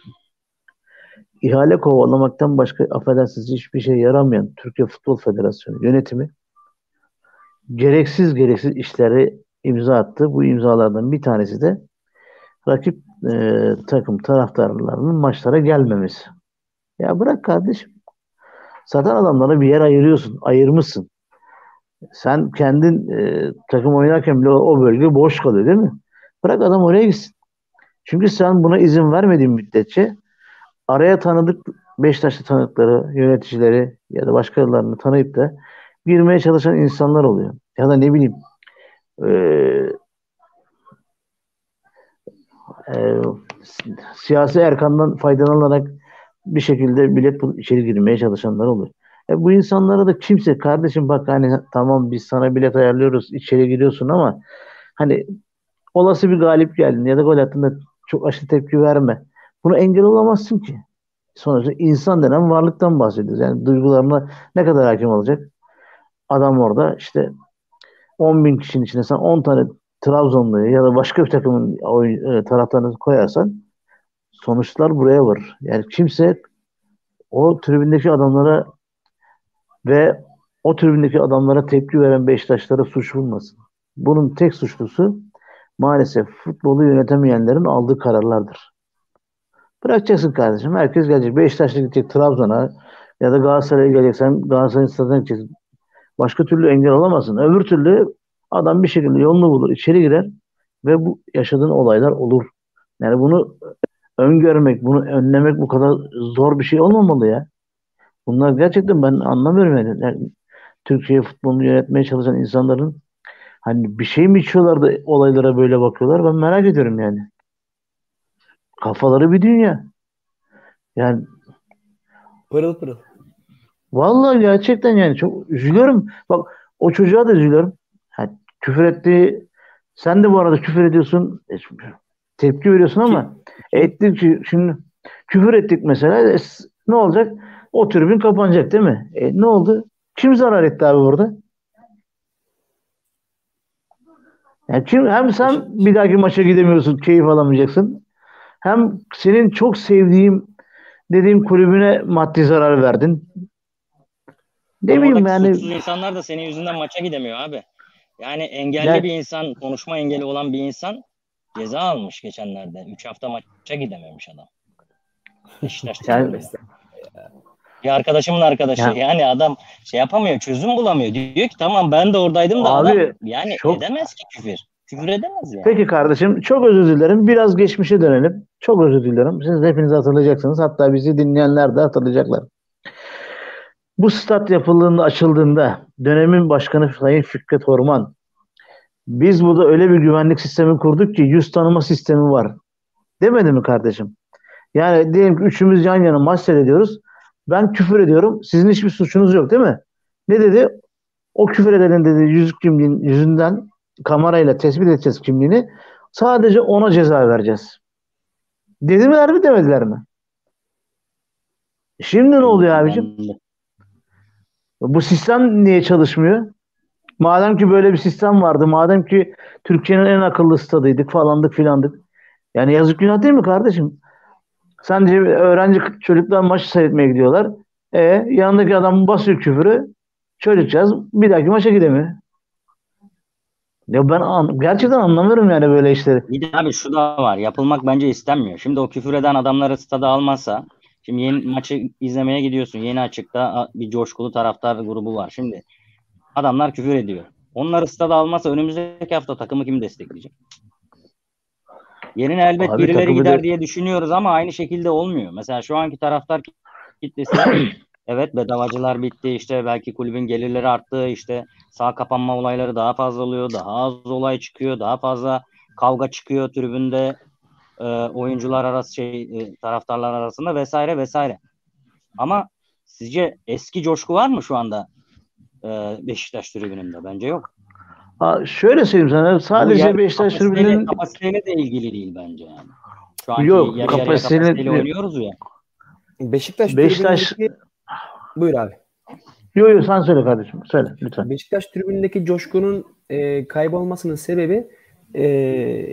ihale kovalamaktan başka affedersiniz hiçbir şey yaramayan Türkiye Futbol Federasyonu yönetimi gereksiz gereksiz işleri imza attı. Bu imzalardan bir tanesi de rakip e, takım taraftarlarının maçlara gelmemesi. Ya bırak kardeşim. Satan adamlara bir yer ayırıyorsun. Ayırmışsın. Sen kendin e, takım oynarken bile o, o bölge boş kalıyor değil mi? Bırak adam oraya gitsin. Çünkü sen buna izin vermediğin müddetçe araya tanıdık Beşiktaşlı tanıdıkları, yöneticileri ya da başkalarını tanıyıp da girmeye çalışan insanlar oluyor. Ya da ne bileyim e, e, siyasi erkandan faydalanarak bir şekilde bilet bulup içeri girmeye çalışanlar oluyor. E, bu insanlara da kimse kardeşim bak hani tamam biz sana bilet ayarlıyoruz içeri giriyorsun ama hani olası bir galip geldin ya da gol attığında çok aşırı tepki verme. Bunu engel olamazsın ki. Sonuçta insan denen varlıktan bahsediyoruz. Yani duygularına ne kadar hakim olacak? Adam orada işte on bin kişinin içine sen on tane Trabzonlu'yu ya da başka bir takımın oyun, e, taraftarını koyarsan sonuçlar buraya varır. Yani kimse o tribündeki adamlara ve o tribündeki adamlara tepki veren Beşiktaşlara suç bulmasın. Bunun tek suçlusu maalesef futbolu yönetemeyenlerin aldığı kararlardır. Bırakacaksın kardeşim. Herkes gelecek. Beşiktaş'a gidecek Trabzon'a ya da Galatasaray'a geleceksen Galatasaray'ın stadına gideceksin. Başka türlü engel olamazsın. Öbür türlü adam bir şekilde yolunu bulur, içeri girer ve bu yaşadığın olaylar olur. Yani bunu öngörmek, bunu önlemek bu kadar zor bir şey olmamalı ya. Bunlar gerçekten ben anlamıyorum yani. Yani Türkiye futbolunu yönetmeye çalışan insanların hani bir şey mi içiyorlar da olaylara böyle bakıyorlar? Ben merak ediyorum yani. Kafaları bir dünya. Yani Pırıl pırıl. vallahi gerçekten yani çok üzülüyorum. Bak o çocuğa da üzülüyorum. Ha, küfür etti. Sen de bu arada küfür ediyorsun. E, tepki veriyorsun ama ettik ki şimdi küfür ettik mesela. E, ne olacak? O tribün kapanacak değil mi? E, ne oldu? Kim zarar etti abi burada? Yani kim, hem sen bir dahaki maça gidemiyorsun, keyif alamayacaksın. Hem senin çok sevdiğim dediğim kulübüne maddi zarar verdin. Ne Ama bileyim oradaki yani. suçsuz insanlar da senin yüzünden maça gidemiyor abi. Yani engelli Ya, bir insan, konuşma engeli olan bir insan ceza almış geçenlerde. Üç hafta maça gidememiş adam. Beşiktaş yani, tribünde. Bir arkadaşımın arkadaşı. yani Yani adam şey yapamıyor, çözüm bulamıyor. Diyor ki tamam ben de oradaydım da abi adam yani çok edemez ki küfür. Küfür edemez yani. peki kardeşim çok özür dilerim. Biraz geçmişe dönelim. Çok özür dilerim. Siz de hepiniz hatırlayacaksınız. Hatta bizi dinleyenler de hatırlayacaklar. Bu stat yapıldığında açıldığında dönemin başkanı Sayın Fikret Orman biz burada öyle bir güvenlik sistemi kurduk ki yüz tanıma sistemi var. Demedi mi kardeşim? Yani diyelim ki üçümüz yan yana maç seyrediyoruz. Ben küfür ediyorum. Sizin hiçbir suçunuz yok değil mi? Ne dedi? O küfür edenin dedi yüz kimliğin yüzünden kamerayla tespit edeceğiz kimliğini. Sadece ona ceza vereceğiz. Dediler mi demediler mi? Şimdi ne oluyor abicim? Ben de. Bu sistem niye çalışmıyor? Madem ki böyle bir sistem vardı, madem ki Türkiye'nin en akıllı stadıydık falandık filandık. Yani yazık günah değil mi kardeşim? Sence öğrenci çocuklar maçı seyretmeye gidiyorlar. E yanındaki adam basıyor küfürü. Çocukcağız bir dahaki maça gidemiyor. Ya ben an- gerçekten anlamıyorum yani böyle işleri. Bir de abi şu da var. Yapılmak bence istenmiyor. Şimdi o küfür eden adamları stada almazsa şimdi yeni maçı izlemeye gidiyorsun. Yeni açıkta bir coşkulu taraftar grubu var. Şimdi adamlar küfür ediyor. Onları stada almazsa önümüzdeki hafta takımı kim destekleyecek? Yerine elbet Abi birileri takımı gider da diye düşünüyoruz ama aynı şekilde olmuyor. Mesela şu anki taraftar kitlesi evet bedavacılar bitti işte belki kulübün gelirleri arttı işte sağ kapanma olayları daha fazla oluyor. Daha az olay çıkıyor. Daha fazla kavga çıkıyor tribünde e, oyuncular arası şey e, taraftarlar arasında vesaire vesaire. Ama sizce eski coşku var mı şu anda e, Beşiktaş tribününde? Bence yok. ha, şöyle söyleyeyim sana Bu sadece yer Beşiktaş kapasiteyle, tribünün kapasiteyle de ilgili değil bence yani. Şu anki yok yarı yarıya kapasiteli kapasiteyle oynuyoruz ya. Beşiktaş Beşiktaş tribünündeki buyur abi. yok yok sen söyle kardeşim söyle lütfen. Beşiktaş tribünündeki coşkunun e, kaybolmasının sebebi e,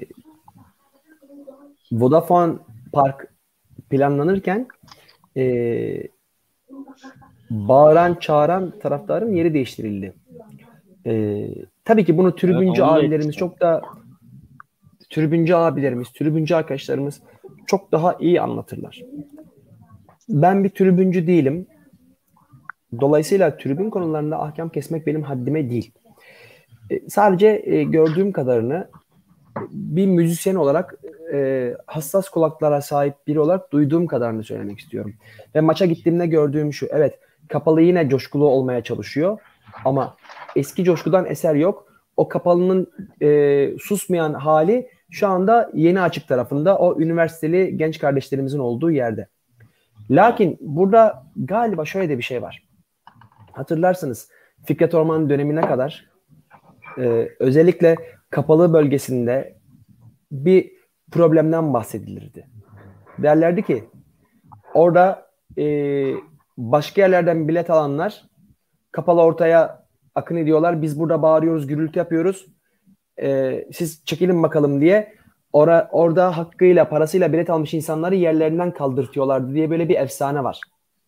Vodafone Park planlanırken e, bağıran çağıran taraftarın yeri değiştirildi. E, tabii ki bunu tribüncü Evet, onu da abilerimiz etkisi. çok da tribüncü abilerimiz, tribüncü arkadaşlarımız çok daha iyi anlatırlar. Ben bir tribüncü değilim. Dolayısıyla tribün konularında ahkam kesmek benim haddime değil. E, sadece e, gördüğüm kadarını bir müzisyen olarak e, hassas kulaklara sahip biri olarak duyduğum kadarını söylemek istiyorum. Ve maça gittiğimde gördüğüm şu. Evet, kapalı yine coşkulu olmaya çalışıyor. Ama eski coşkudan eser yok. O kapalının e, susmayan hali şu anda Yeni Açık tarafında o üniversiteli genç kardeşlerimizin olduğu yerde. Lakin burada galiba şöyle de bir şey var. Hatırlarsınız Fikret Orman dönemine kadar e, özellikle kapalı bölgesinde bir problemden bahsedilirdi. Derlerdi ki orada e, başka yerlerden bilet alanlar kapalı ortaya akın ediyorlar. Biz burada bağırıyoruz, gürültü yapıyoruz. E, siz çekilin bakalım diye ora, orada hakkıyla, parasıyla bilet almış insanları yerlerinden kaldırtıyorlardı diye böyle bir efsane var.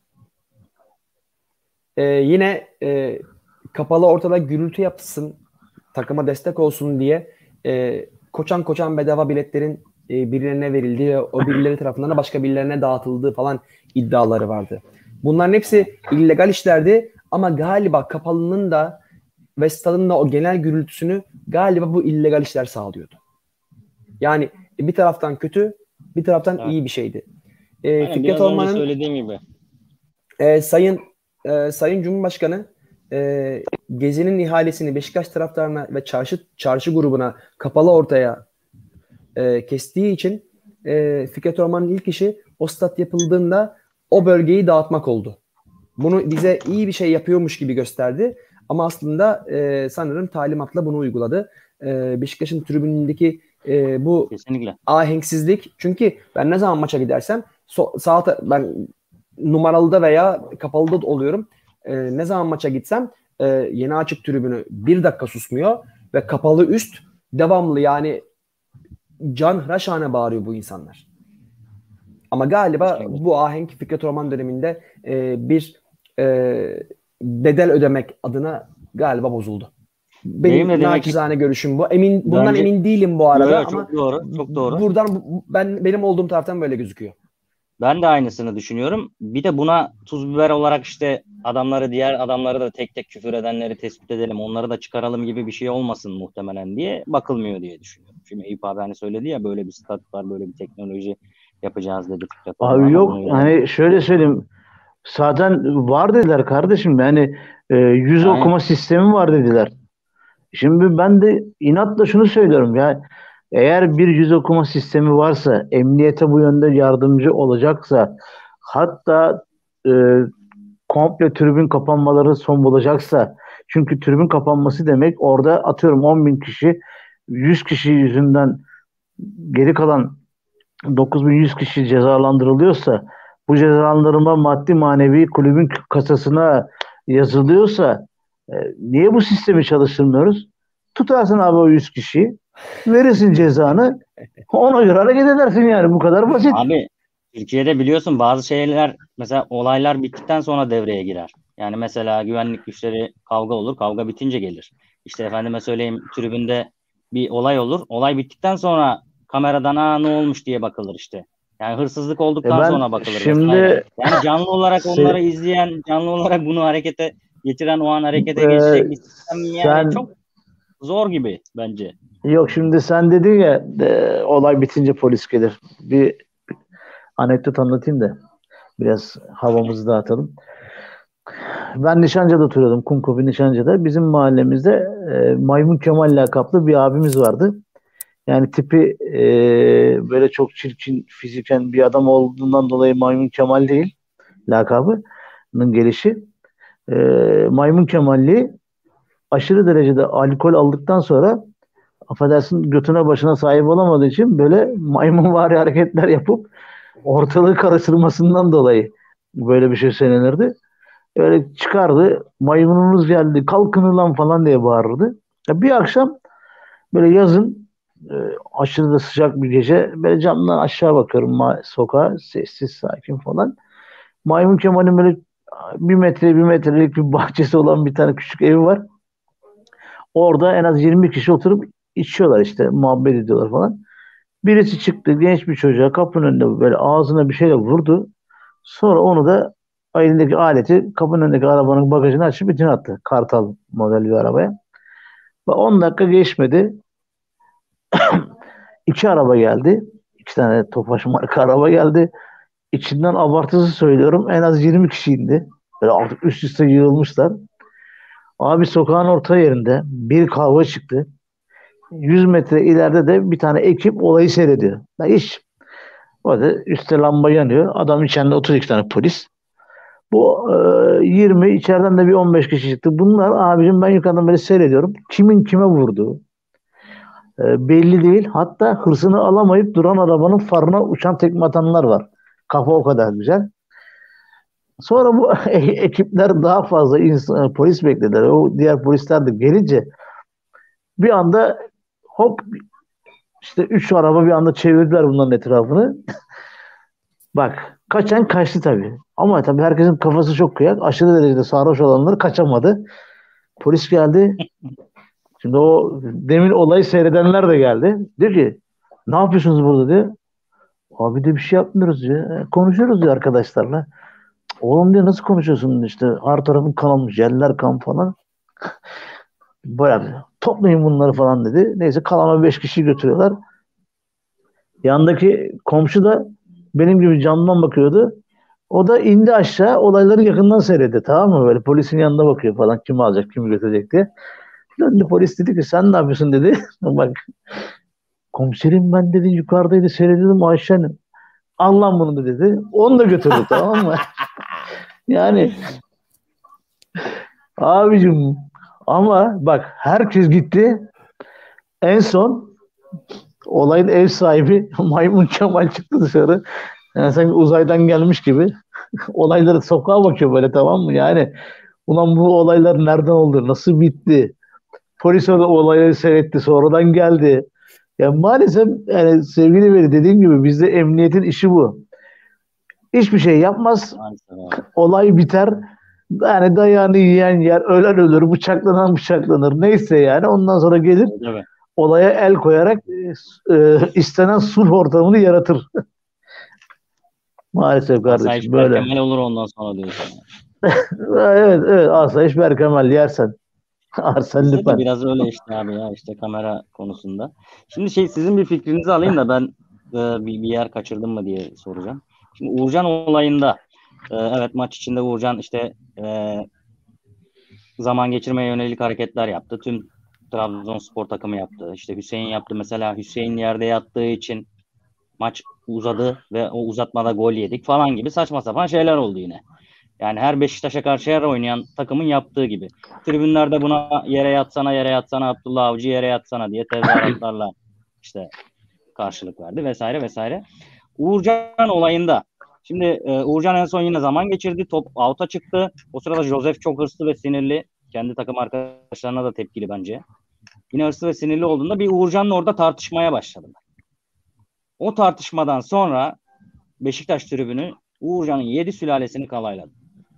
E, yine e, kapalı ortada gürültü yapsın, takıma destek olsun diye e, koçan koçan bedava biletlerin e, birilerine verildiği ve o birileri tarafından da başka birilerine dağıtıldığı falan iddiaları vardı. Bunların hepsi illegal işlerdi ama galiba kapalının da ve stadın da o genel gürültüsünü galiba bu illegal işler sağlıyordu. Yani bir taraftan kötü, bir taraftan Evet. iyi bir şeydi. E, Aynen, Fikret biraz önce Orman'ın söylediğim gibi. e, Sayın e, Sayın Cumhurbaşkanı e, Gezi'nin ihalesini Beşiktaş taraftarına ve çarşı çarşı grubuna kapalı ortaya e, kestiği için e, Fikret Orman'ın ilk işi o stat yapıldığında o bölgeyi dağıtmak oldu. Bunu bize iyi bir şey yapıyormuş gibi gösterdi ama aslında e, sanırım talimatla bunu uyguladı. E, Beşiktaş'ın tribünündeki e, bu Kesinlikle. ahenksizlik, çünkü ben ne zaman maça gidersem so, sağ ta- ben numaralıda veya kapalıda oluyorum. E, ne zaman maça gitsem e, yeni açık tribünü bir dakika susmuyor ve kapalı üst devamlı, yani can hıraşhane bağırıyor bu insanlar. Ama galiba Kesinlikle. bu ahenk Fikret Orman döneminde e, bir e, bedel ödemek adına galiba bozuldu. Benim Benim de demek naçizane görüşüm bu. Emin bundan Bence- emin değilim bu arada Yo, yo, ama çok doğru, çok doğru. buradan bu- ben benim olduğum taraftan böyle gözüküyor. Ben de aynısını düşünüyorum. Bir de buna tuz biber olarak işte adamları, diğer adamları da tek tek küfür edenleri tespit edelim, onları da çıkaralım gibi bir şey olmasın muhtemelen diye bakılmıyor diye düşünüyorum. Şimdi Eyüp abi hani söyledi ya, böyle bir stat var, böyle bir teknoloji yapacağız dedi Fikret Orman, Abi ama yok, bunu yapalım. hani şöyle söyleyeyim. Zaten var dediler kardeşim. Yani e, yüz Aynen. okuma sistemi var dediler. Şimdi ben de inatla şunu söylüyorum ya. Eğer bir yüz okuma sistemi varsa, emniyete bu yönde yardımcı olacaksa, hatta e, komple tribün kapanmaları son bulacaksa, çünkü tribün kapanması demek orada atıyorum on bin kişi, yüz kişi yüzünden geri kalan dokuz bin yüz kişi cezalandırılıyorsa, bu cezalandırma maddi manevi kulübün kasasına yazılıyorsa, e, niye bu sistemi çalıştırmıyoruz? Tutarsın abi o yüz kişiyi, verirsin cezanı, ona göre hareket edersin, yani bu kadar basit. Abi Türkiye'de biliyorsun bazı şeyler, mesela olaylar bittikten sonra devreye girer. Yani mesela güvenlik güçleri, kavga olur, kavga bitince gelir. İşte efendime söyleyeyim, tribünde bir olay olur, olay bittikten sonra kameradan aa ne olmuş diye bakılır işte. Yani hırsızlık E olduktan ben sonra bakılır şimdi vesaire. Yani canlı olarak se- onları izleyen, canlı olarak bunu harekete getiren, o an harekete e, geçecek bir sistem yani sen çok zor gibi bence. yok, şimdi sen dedin ya e, olay bitince polis gelir. Bir anekdot anlatayım da biraz havamızı dağıtalım. Ben Nişancı'da oturuyordum. Kumkobi Nişancı'da. Bizim mahallemizde e, Maymun Kemal lakaplı bir abimiz vardı. Yani tipi e, böyle çok çirkin fiziken bir adam olduğundan dolayı Maymun Kemal değil lakabının gelişi. E, Maymun Kemalli aşırı derecede alkol aldıktan sonra, affedersin, götüne başına sahip olamadığı için böyle maymunvari hareketler yapıp ortalığı karıştırmasından dolayı böyle bir şey söylenirdi. Öyle çıkardı. Maymununuz geldi, kalkın ulan falan diye bağırırdı. Ya bir akşam böyle yazın e, aşırı da sıcak bir gece, böyle camdan aşağı bakıyorum ma- sokağa, sessiz sakin falan. Maymun Kemal'in böyle bir metre bir metrelik bir bahçesi olan bir tane küçük evi var. Orada en az yirmi kişi oturup içiyorlar, işte muhabbet ediyorlar falan. Birisi çıktı, genç bir çocuğa kapının önünde böyle ağzına bir şeyle vurdu. Sonra onu da elindeki aleti kapının önündeki arabanın bagajını açıp içine attı. Kartal model bir arabaya. Ve on dakika geçmedi. İki araba geldi. İki tane Tofaş marka araba geldi. İçinden abartısı söylüyorum, en az yirmi kişi indi. Böyle artık üst üste yığılmışlar. Abi sokağın orta yerinde bir kavga çıktı. yüz metre ileride de bir tane ekip olayı seyrediyor. Ya iş. Orada üstte lamba yanıyor. Adam içeride otuz iki tane polis. Bu e, yirmi içeriden de bir on beş kişi çıktı. Bunlar abicim ben yukarıdan böyle seyrediyorum. Kimin kime vurduğu e, belli değil. Hatta hırsını alamayıp duran arabanın farına uçan tekme atanlar var. Kafa o kadar güzel. Sonra bu ekipler daha fazla insan, polis beklediler. O diğer polisler de gelince bir anda hop işte üç araba bir anda çevirdiler bunların etrafını. Bak kaçan kaçtı tabii. Ama tabii herkesin kafası çok kıyak. Aşırı derecede sarhoş olanları kaçamadı. Polis geldi. Şimdi o demin olayı seyredenler de geldi. Diyor ki ne yapıyorsunuz burada diyor. Abi de bir şey yapmıyoruz ya. Konuşuyoruz diyor arkadaşlarla. Oğlum diyor nasıl konuşuyorsun işte her tarafın kan olmuş yerler kan falan. Bayağı toplayın bunları falan dedi. Neyse kalama beş kişi götürüyorlar. Yandaki komşu da benim gibi camdan bakıyordu. O da indi aşağı olayları yakından seyretti tamam mı? Böyle polisin yanında bakıyor falan kimi alacak kimi götürecek diye. Döndü polis dedi ki sen ne yapıyorsun dedi. Bak komiserim ben dedi yukarıdaydı seyrediyordum Ayşe'nin. Al lan bunu dedi. Onu da götürdü tamam mı? Yani abicim ama bak herkes gitti. En son olayın ev sahibi Maymun Kemal çıktı dışarı. Yani sanki uzaydan gelmiş gibi. Olayları sokağa bakıyor böyle tamam mı? Yani ulan bu olaylar nereden oldu? Nasıl bitti? Polis o olayları seyretti. Sonradan geldi. Yani maalesef yani sevgili Veli dediğim gibi bizde emniyetin işi bu. Hiçbir şey yapmaz. Olay biter. Yani dayağını yiyen yer, ölen ölür, bıçaklanan bıçaklanır. Neyse yani ondan sonra gelir evet. Olaya el koyarak e, istenen sulh ortamını yaratır. Maalesef kardeşim asayiş böyle. Asayiş Berkemal olur ondan sonra diyorsun. evet evet asayiş Berkemal yersen. Arsen lütfen. Biraz öyle işte abi ya işte kamera konusunda. Şimdi şey sizin bir fikrinizi alayım da ben e, bir, bir yer kaçırdım mı diye soracağım. Şimdi Uğurcan olayında e, evet maç içinde Uğurcan işte e, zaman geçirmeye yönelik hareketler yaptı. Tüm Trabzonspor takımı yaptı. İşte Hüseyin yaptı mesela. Hüseyin yerde yattığı için maç uzadı ve o uzatmada gol yedik falan gibi saçma sapan şeyler oldu yine. Yani her Beşiktaş'a karşı her oynayan takımın yaptığı gibi. Tribünlerde buna yere yatsana yere yatsana Abdullah Avcı yere yatsana diye tezahüratlarla işte karşılık verdi vesaire vesaire. Uğurcan olayında şimdi e, Uğurcan en son yine zaman geçirdi. Top out'a çıktı. O sırada Joseph çok hırslı ve sinirli. Kendi takım arkadaşlarına da tepkili bence. Yine hırslı ve sinirli olduğunda bir Uğurcan'la orada tartışmaya başladılar. O tartışmadan sonra Beşiktaş tribünü Uğurcan'ın yedi sülalesini kalayladı.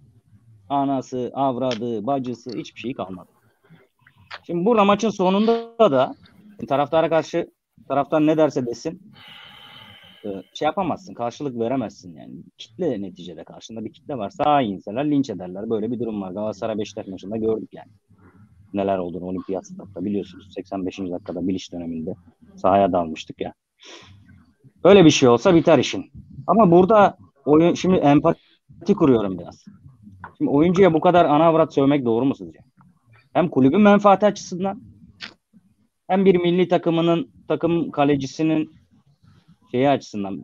Anası, avradı, bacısı hiçbir şey kalmadı. Şimdi burada maçın sonunda da taraftara karşı taraftar ne derse desin şey yapamazsın, karşılık veremezsin yani. Kitle neticede karşında bir kitle var. Sağa inseler, linç ederler. Böyle bir durum var. Galatasaray Beşiktaş maçında gördük yani. Neler olduğunu olimpiyat statta biliyorsunuz. seksen beşinci dakikada Bilic döneminde sahaya dalmıştık ya. Öyle bir şey olsa biter işin. Ama burada oyun, şimdi empati kuruyorum biraz. Şimdi oyuncuya bu kadar ana avrat sövmek doğru mu sizce? Hem kulübün menfaati açısından hem bir milli takımının takım kalecisinin şeyi açısından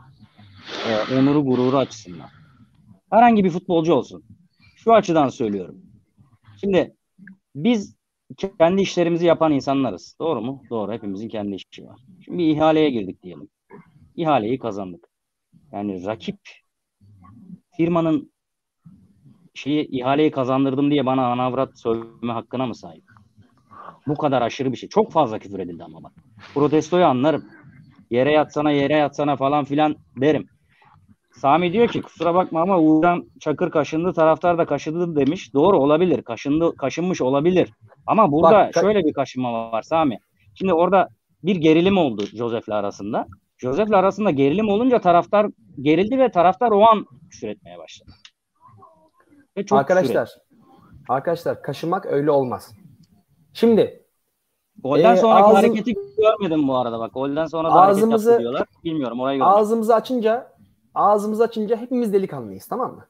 e, onuru gururu açısından. Herhangi bir futbolcu olsun. Şu açıdan söylüyorum. Şimdi biz kendi işlerimizi yapan insanlarız. Doğru mu? Doğru. Hepimizin kendi işi var. Şimdi bir ihaleye girdik diyelim. İhaleyi kazandık. Yani rakip firmanın şeyi ihaleyi kazandırdım diye bana anavrat söyleme hakkına mı sahip? Bu kadar aşırı bir şey. Çok fazla küfür edildi ama bak. Protestoyu anlarım. Yere yatsana yere yatsana falan filan derim. Sami diyor ki kusura bakma ama Uğurcan Çakır kaşındı, taraftar da kaşındı demiş. Doğru olabilir. Kaşındı, kaşınmış olabilir. Ama burada bak, şöyle bir kaşınma var Sami. Şimdi orada bir gerilim oldu Joseph'le arasında. Joseph'le arasında gerilim olunca taraftar gerildi ve taraftar o an küfür etmeye başladı. Ve çok arkadaşlar, arkadaşlar kaşımak öyle olmaz. Şimdi golden e, sonraki ağzım, hareketi görmedim bu arada bak. Golden sonra da ağzımızı, hareket yaptı diyorlar. Bilmiyorum orayı görmedim. Ağzımızı açınca ağzımızı açınca hepimiz delikanlıyız tamam mı?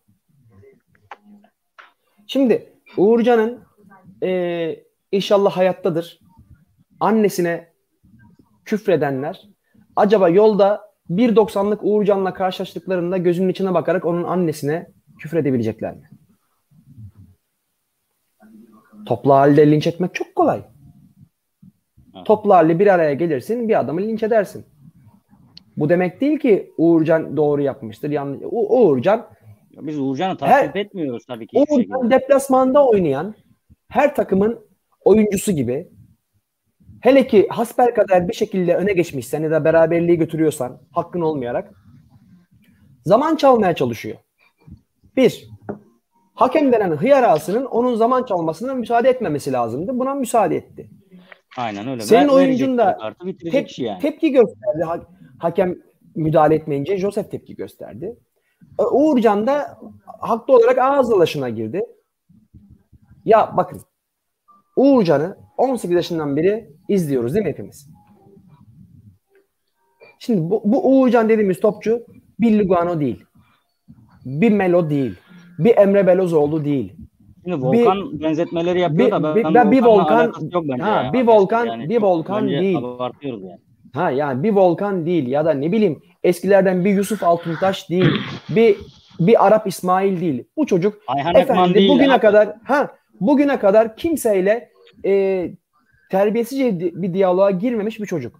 Şimdi Uğurcan'ın e, inşallah hayattadır. Annesine küfredenler acaba yolda bir doksanlık Uğurcan'la karşılaştıklarında gözünün içine bakarak onun annesine küfür edebilecekler mi? Toplu halde linç etmek çok kolay. Toplu halde bir araya gelirsin, bir adamı linç edersin. Bu demek değil ki Uğurcan doğru yapmıştır. Yanlış. U- Uğurcan Biz Uğurcan'ı tasvip etmiyoruz tabii ki hiçbir Uğurcan şekilde. deplasmanda oynayan her takımın oyuncusu gibi, hele ki hasbelkader bir şekilde öne geçmişsen ya da beraberliği götürüyorsan hakkın olmayarak zaman çalmaya çalışıyor. Bir, hakem denen hıyarasının onun zaman çalmasına müsaade etmemesi lazımdı. Buna müsaade etti. Aynen öyle. Senin Ver- oyuncun da verecek kartı, bitirecek tep- işi yani. tepki gösterdi. Ha- hakem müdahale etmeyince Josef tepki gösterdi. E, Uğurcan da haklı olarak ağız dalaşına girdi. Ya bakın, Uğurcan'ı on sekiz yaşından beri izliyoruz değil mi hepimiz? Şimdi bu, bu Uğurcan dediğimiz topçu bir Lugano değil. Bir Melo değil. Bir Emre Belözoğlu değil. Şimdi Volkan benzetmeleri yapıyor bir- da ben, bir- ben ben bir Volkan'la Volkan- alakası yok bence. ha, ya. bir Arkadaşlar Volkan- yani bir çok Volkan bence değil. abartıyoruz yani. Ha yani bir Volkan değil ya da ne bileyim eskilerden bir Yusuf Altuntaş değil. Bir bir Arap İsmail değil. Bu çocuk Ayhan Ekman efendi değil. bugüne abi. kadar ha bugüne kadar kimseyle e, terbiyesizce di- bir diyaloğa girmemiş bir çocuk.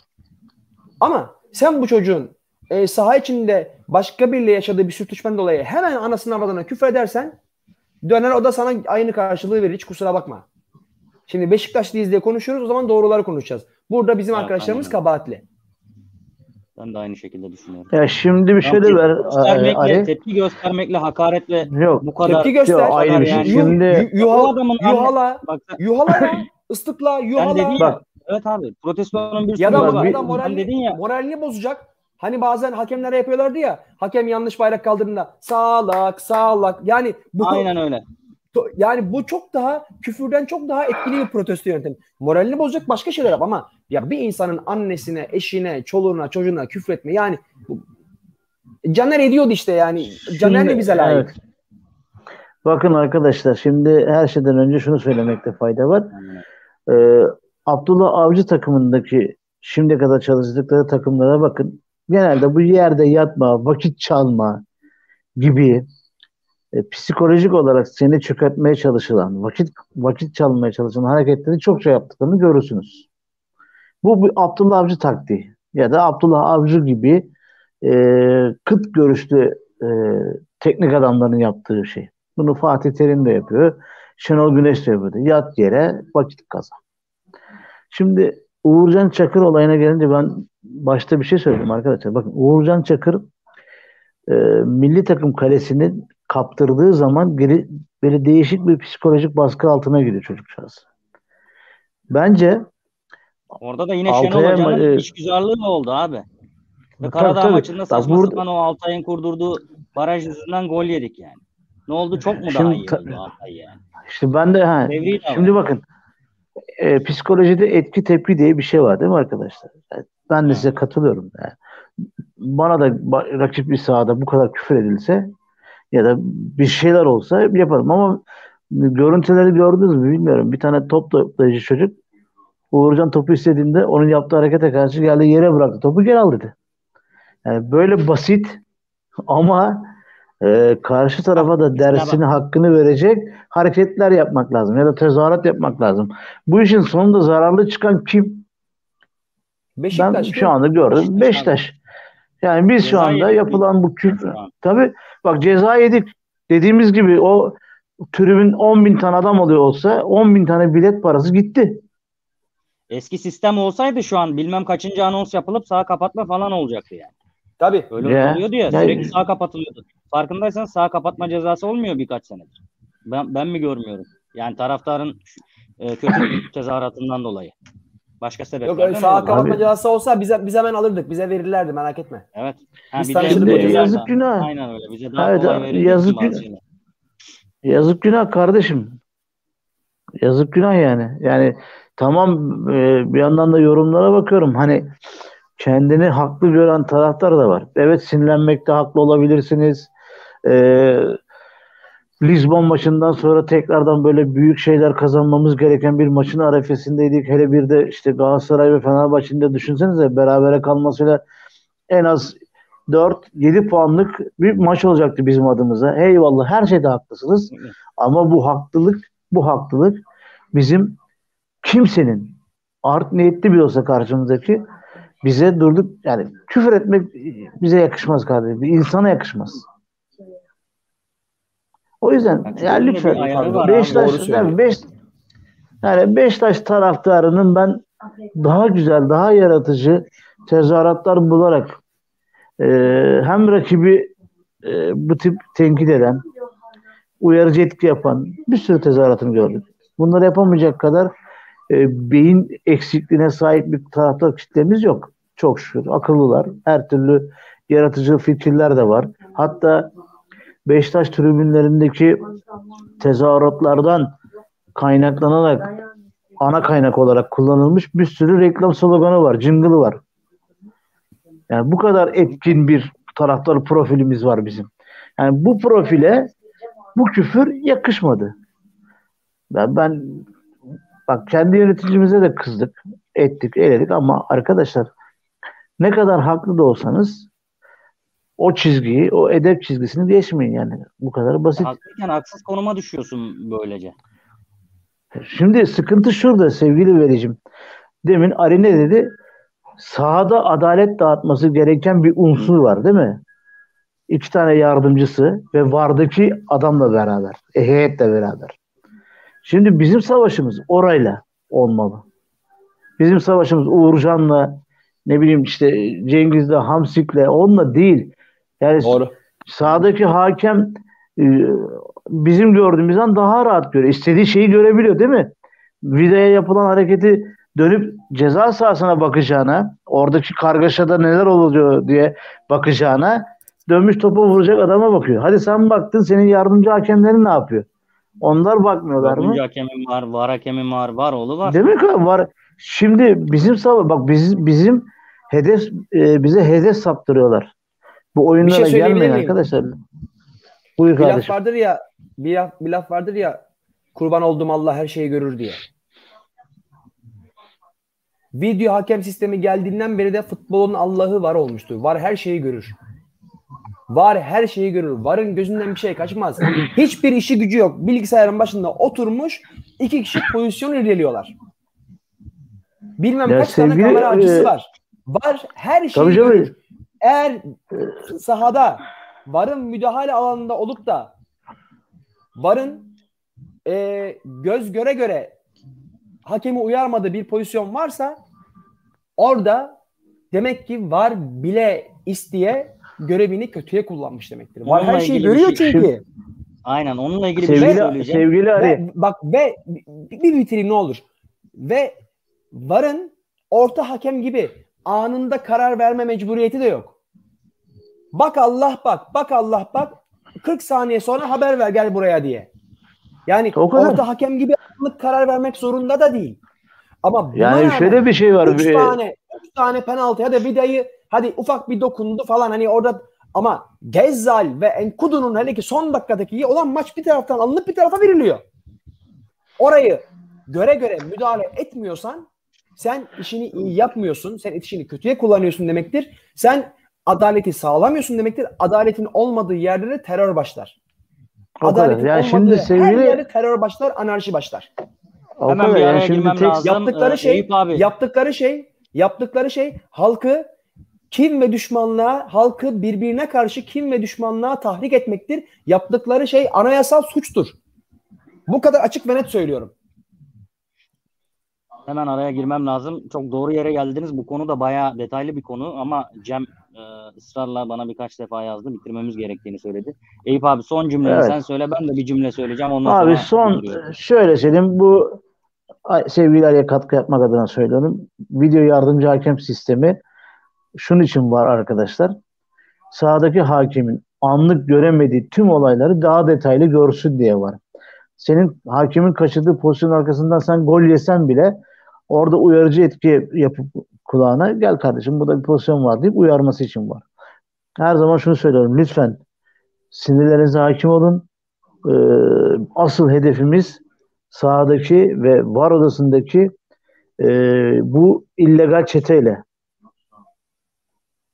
Ama sen bu çocuğun e, saha içinde başka biriyle yaşadığı bir sürtüşmen dolayı hemen anasının avradına küfür edersen döner o da sana aynı karşılığı verir. Hiç kusura bakma. Şimdi Beşiktaşlıyız diye konuşuyoruz, o zaman doğruları konuşacağız. Burada bizim Evet, arkadaşlarımız aynen. kabahatli. Ben de aynı şekilde düşünüyorum. Ya şimdi bir şey de Tepki ver göstermekle, Ali. tepki göstermekle, hakaretle Yok. bu kadar Tepki göster. Yok, ayrı bir şey. yani. Yu- Şimdi yu- O yuhal- adamın yuhala, bak sen, yuhala ya. Islıkla, sen yuhala. dedin ya. Bak. Evet abi. Protestonun bir Ya sürü da, yolu var. ya da Sen moralini, dedin ya. moralini bozacak. Hani bazen hakemlere yapıyorlardı ya. Hakem yanlış bayrak kaldırdığında sağlak, sağlak. Yani bu Aynen öyle. to- yani bu çok daha küfürden çok daha etkili bir protesto yöntemi. Moralini bozacak başka şeyler yap ama ya bir insanın annesine, eşine, çoluğuna, çocuğuna küfretme yani bu, Caner ediyordu işte yani. Caner Şimdi, ne bize layık? evet. Bakın arkadaşlar, şimdi her şeyden önce şunu söylemekte fayda var. Ee, Abdullah Avcı takımındaki şimdiye kadar çalıştıkları takımlara bakın. Genelde bu yerde yatma, vakit çalma gibi e, psikolojik olarak seni çökertmeye çalışılan, vakit vakit çalmaya çalışan hareketleri çokça yaptıklarını görürsünüz. Bu bir Abdullah Avcı taktiği ya da Abdullah Avcı gibi e, kıt görüşlü e, teknik adamların yaptığı şey. Bunu Fatih Terim de yapıyor. Şenol Güneş de yapıyor. Yat yere vakit kazan. Şimdi Uğurcan Çakır olayına gelince ben başta bir şey söyledim arkadaşlar. Bakın Uğurcan Çakır e, milli takım kalesini kaptırdığı zaman geri, böyle değişik bir psikolojik baskı altına giriyor çocukcağız. Bence Orada da yine Altay'a Şenol Hoca'nın ma- e, işgüzarlığı oldu abi. Ve tabii, Karadağ tabii. maçında Bak saçma burada- sapan o Altay'ın kurdurduğu baraj yüzünden gol yedik yani. Ne oldu? Çok mu daha Şimdi iyi ta- oldu Altay yani? işte ben de ha, Devri de şimdi var. bakın e, psikolojide etki tepki diye bir şey var değil mi arkadaşlar? Yani ben de Evet. size katılıyorum. Yani bana da ba- rakip bir sahada bu kadar küfür edilse ya da bir şeyler olsa yaparım ama görüntüleri gördünüz mü bilmiyorum. Bir tane top toplayıcı çocuk Uğurcan topu istediğinde onun yaptığı harekete karşı geldi yere bıraktı. Topu geri al dedi. Yani böyle basit ama e, karşı tarafa da dersini, hakkını verecek hareketler yapmak lazım. Ya da tezahürat yapmak lazım. Bu işin sonunda zararlı çıkan kim? Beşiktaş Ben değil şu mi? anda gördüm. Beşiktaş Beşiktaş. Yani biz şu Ceza anda yedik yapılan bu küfür. şu an. Tabii bak ceza yedik. Dediğimiz gibi o tribün on bin tane adam oluyor olsa on bin tane bilet parası gitti. Eski sistem olsaydı şu an bilmem kaçıncı anons yapılıp sağ kapatma falan olacaktı yani. Tabii. Öyle Ya, oluyordu ya, ya- sürekli sağ kapatılıyordu. Farkındaysan sağ kapatma cezası olmuyor birkaç senedir. Ben, ben mi görmüyorum? Yani taraftarın e, kötü tezahüratından dolayı. Başka Yok sebeplerden öyle sağ olabilir. kapatma Abi- cezası olsa bize biz hemen alırdık. Bize verirlerdi merak etme. Evet. Ha, Biz bize tanışırdık bize o cezayla. yazık günah. Aynen öyle. Bize daha Evet, kolay verildiği yazık için bazı günah. şeyler. Yazık günah kardeşim. Yazık günah yani. Yani tamam e, bir yandan da yorumlara bakıyorum. Hani kendini haklı gören taraftar da var. Evet sinirlenmekte haklı olabilirsiniz. E, Lizbon maçından sonra tekrardan böyle büyük şeyler kazanmamız gereken bir maçın arefesindeydik. Hele bir de işte Galatasaray ve Fenerbahçe'nin de düşünsenize berabere kalmasıyla en az dört yedi puanlık bir maç olacaktı bizim adımıza. Eyvallah, her şeyde haklısınız. Ama bu haklılık bu haklılık bizim kimsenin art niyetli bir olsa karşımızdaki bize durduk yani küfür etmek bize yakışmaz kardeşim. Bir insana yakışmaz. O yüzden Yani yani bir lütfen ayarı var abi, Beşiktaş doğru söylüyor. yani Beş, yani Beşiktaş taraftarının ben daha güzel, daha yaratıcı tezahüratlar bularak e, hem rakibi e, bu tip tenkit eden, uyarıcı etki yapan bir sürü tezahüratını gördük. Bunları yapamayacak kadar e, beyin eksikliğine sahip bir taraftar kitlemiz yok. Çok şükür. Akıllılar. Her türlü yaratıcı fikirler de var. Hatta Beşiktaş tribünlerindeki tezahüratlardan kaynaklanarak ana kaynak olarak kullanılmış bir sürü reklam sloganı var, jingle'ı var. Yani bu kadar etkin bir taraftar profilimiz var bizim. Yani bu profile bu küfür yakışmadı. Ben, ben bak kendi yöneticimize de kızdık, ettik, eledik ama arkadaşlar ne kadar haklı da olsanız o çizgiyi, o edep çizgisini geçmeyin yani. Bu kadar basit. Haklıyken haksız konuma düşüyorsun böylece. Şimdi sıkıntı şurada sevgili vericim. Demin Ali ne dedi? Sahada adalet dağıtması gereken bir unsur var değil mi? İki tane yardımcısı ve vardaki adamla beraber. E, heyetle beraber. Şimdi bizim savaşımız orayla olmalı. Bizim savaşımız Uğurcan'la ne bileyim işte Cengiz'le, Hamsik'le onunla değil. Yani Doğru. sahadaki hakem e, bizim gördüğümüzden daha rahat görüyor. İstediği şeyi görebiliyor değil mi? Vida'ya yapılan hareketi dönüp ceza sahasına bakacağına, oradaki kargaşada neler oluyor diye bakacağına dönmüş topa vuracak adama bakıyor. Hadi sen baktın, senin yardımcı hakemlerin ne yapıyor? Onlar bakmıyorlar mı? Dördüncü hakemim var, var hakemim var, var oğlu var. Demek ki var. Şimdi bizim sava bak biz, bizim hedef e, bize hedef saptırıyorlar. Bu oyunlara Bir şey söyleyebilir gelmeyin miyim? arkadaşlar. Buyur Bir laf kardeşim. vardır ya, bir laf, bir laf vardır ya, kurban oldum Allah her şeyi görür diye. Video hakem sistemi geldiğinden beri de futbolun Allah'ı var olmuştur. Var her şeyi görür. Var her şeyi görür. Varın gözünden bir şey kaçmaz. Hiçbir işi gücü yok. Bilgisayarın başında oturmuş iki kişi pozisyon irdeliyorlar. Bilmem Ya kaç tane sevgili, kamera açısı e, var. Var her şeyi tabii canım. görür. Eğer sahada varın müdahale alanında olup da varın e, göz göre göre hakemi uyarmadığı bir pozisyon varsa orada demek ki var bile isteye görevini kötüye kullanmış demektir. Var Onunla her şeyi ilgili bir görüyor şey- çünkü. Aynen onunla ilgili bir şey Sevgili, söyleyeceğim. sevgili Ali. Ve, bak ve bir bitireyim ne olur. Ve varın orta hakem gibi anında karar verme mecburiyeti de yok. Bak Allah bak, bak Allah bak. kırk saniye sonra haber ver gel buraya diye. Yani O kadar. orta hakem gibi anlık karar vermek zorunda da değil. Ama buna Yani rağmen şöyle bir şey var. üç bir- tane üç tane penaltı ya da Vida'yı hadi ufak bir dokundu falan hani orada ama Gezzal ve Enkudu'nun hele ki son dakikadaki olan maç bir taraftan alınıp bir tarafa veriliyor. Orayı göre göre müdahale etmiyorsan sen işini iyi yapmıyorsun. Sen işini kötüye kullanıyorsun demektir. Sen adaleti sağlamıyorsun demektir. Adaletin olmadığı yerde de terör başlar. O kadar. Adaletin Yani olmadığı şimdi her sevgili yerde terör başlar, anarşi başlar. o Hemen kadar. bir Yani araya şimdi girmem tek lazım. Yaptıkları Ee, şey, Eyüp abi. yaptıkları şey, yaptıkları şey halkı kin ve düşmanlığa, halkı birbirine karşı kin ve düşmanlığa tahrik etmektir. Yaptıkları şey anayasal suçtur. Bu kadar açık ve net söylüyorum. Hemen araya girmem lazım. Çok doğru yere geldiniz. Bu konu da bayağı detaylı bir konu ama Cem e, ısrarla bana birkaç defa yazdı. Bitirmemiz gerektiğini söyledi. Eyüp abi son cümleyi Evet. sen söyle. Ben de bir cümle söyleyeceğim. Ondan abi sonra son bitiriyorum. şöyle söyleyeyim, bu ay- sevgili Ali'ye katkı yapmak adına söylüyorum. Video yardımcı hakem sistemi şunun için var arkadaşlar. Sahadaki hakemin anlık göremediği tüm olayları daha detaylı görsün diye var. Senin hakemin kaçırdığı pozisyon arkasından sen gol yesen bile orada uyarıcı etki yapıp kulağına gel kardeşim burada bir pozisyon var deyip uyarması için var. Her zaman şunu söylüyorum. Lütfen sinirlerinize hakim olun. Ee, asıl hedefimiz sahadaki ve var odasındaki e, bu illegal çeteyle.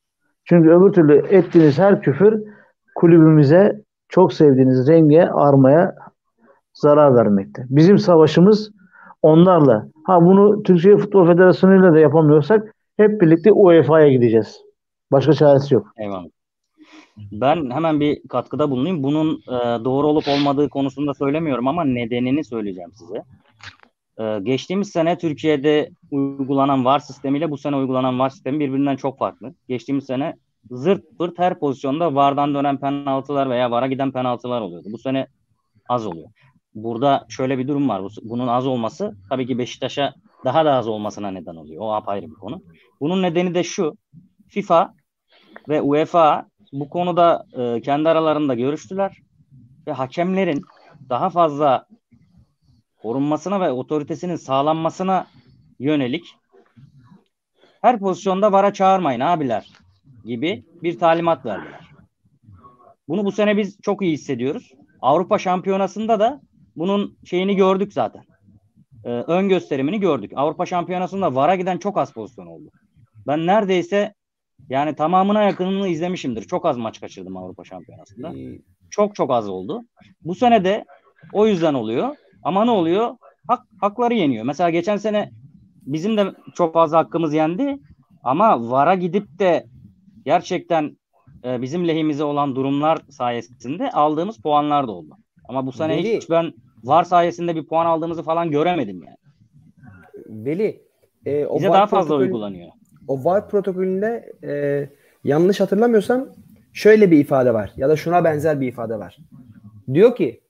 Çünkü öbür türlü ettiğiniz her küfür kulübümüze, çok sevdiğiniz renge, armaya zarar vermekte. Bizim savaşımız onlarla. Ha bunu Türkiye Futbol Federasyonu ile de yapamıyorsak hep birlikte U E F A'ya gideceğiz. Başka çaresi yok. Eyvallah. Ben hemen bir katkıda bulunayım. Bunun e, doğru olup olmadığı konusunda söylemiyorum ama nedenini söyleyeceğim size. E, geçtiğimiz sene Türkiye'de uygulanan VAR sistemiyle bu sene uygulanan VAR sistemi birbirinden çok farklı. Geçtiğimiz sene zırt pırt her pozisyonda VAR'dan dönen penaltılar veya VAR'a giden penaltılar oluyordu. Bu sene az oluyor. Burada şöyle bir durum var. Bunun az olması tabii ki Beşiktaş'a daha da az olmasına neden oluyor. O apayrı bir konu. Bunun nedeni de şu. FIFA ve UEFA bu konuda e, kendi aralarında görüştüler ve hakemlerin daha fazla korunmasına ve otoritesinin sağlanmasına yönelik her pozisyonda VAR'a çağırmayın abiler gibi bir talimat verdiler. Bunu bu sene biz çok iyi hissediyoruz. Avrupa Şampiyonası'nda da bunun şeyini gördük zaten. Ee, ön gösterimini gördük. Avrupa Şampiyonası'nda VAR'a giden çok az pozisyon oldu. Ben neredeyse yani tamamına yakınını izlemişimdir. Çok az maç kaçırdım Avrupa Şampiyonası'nda. Çok çok az oldu. Bu sene de o yüzden oluyor. Ama ne oluyor? Hak, hakları yeniyor. Mesela geçen sene bizim de çok fazla hakkımız yendi. Ama VAR'a gidip de gerçekten e, bizim lehimize olan durumlar sayesinde aldığımız puanlar da oldu. Ama bu sene Veli, hiç ben VAR sayesinde bir puan aldığımızı falan göremedim yani. Veli, e, o Bize VAR daha fazla protokolü- uygulanıyor. O VAR protokolünde e, yanlış hatırlamıyorsam şöyle bir ifade var ya da şuna benzer bir ifade var. Diyor ki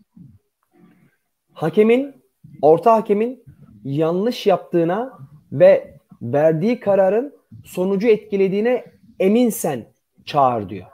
hakemin, orta hakemin yanlış yaptığına ve verdiği kararın sonucu etkilediğine eminsen çağır diyor.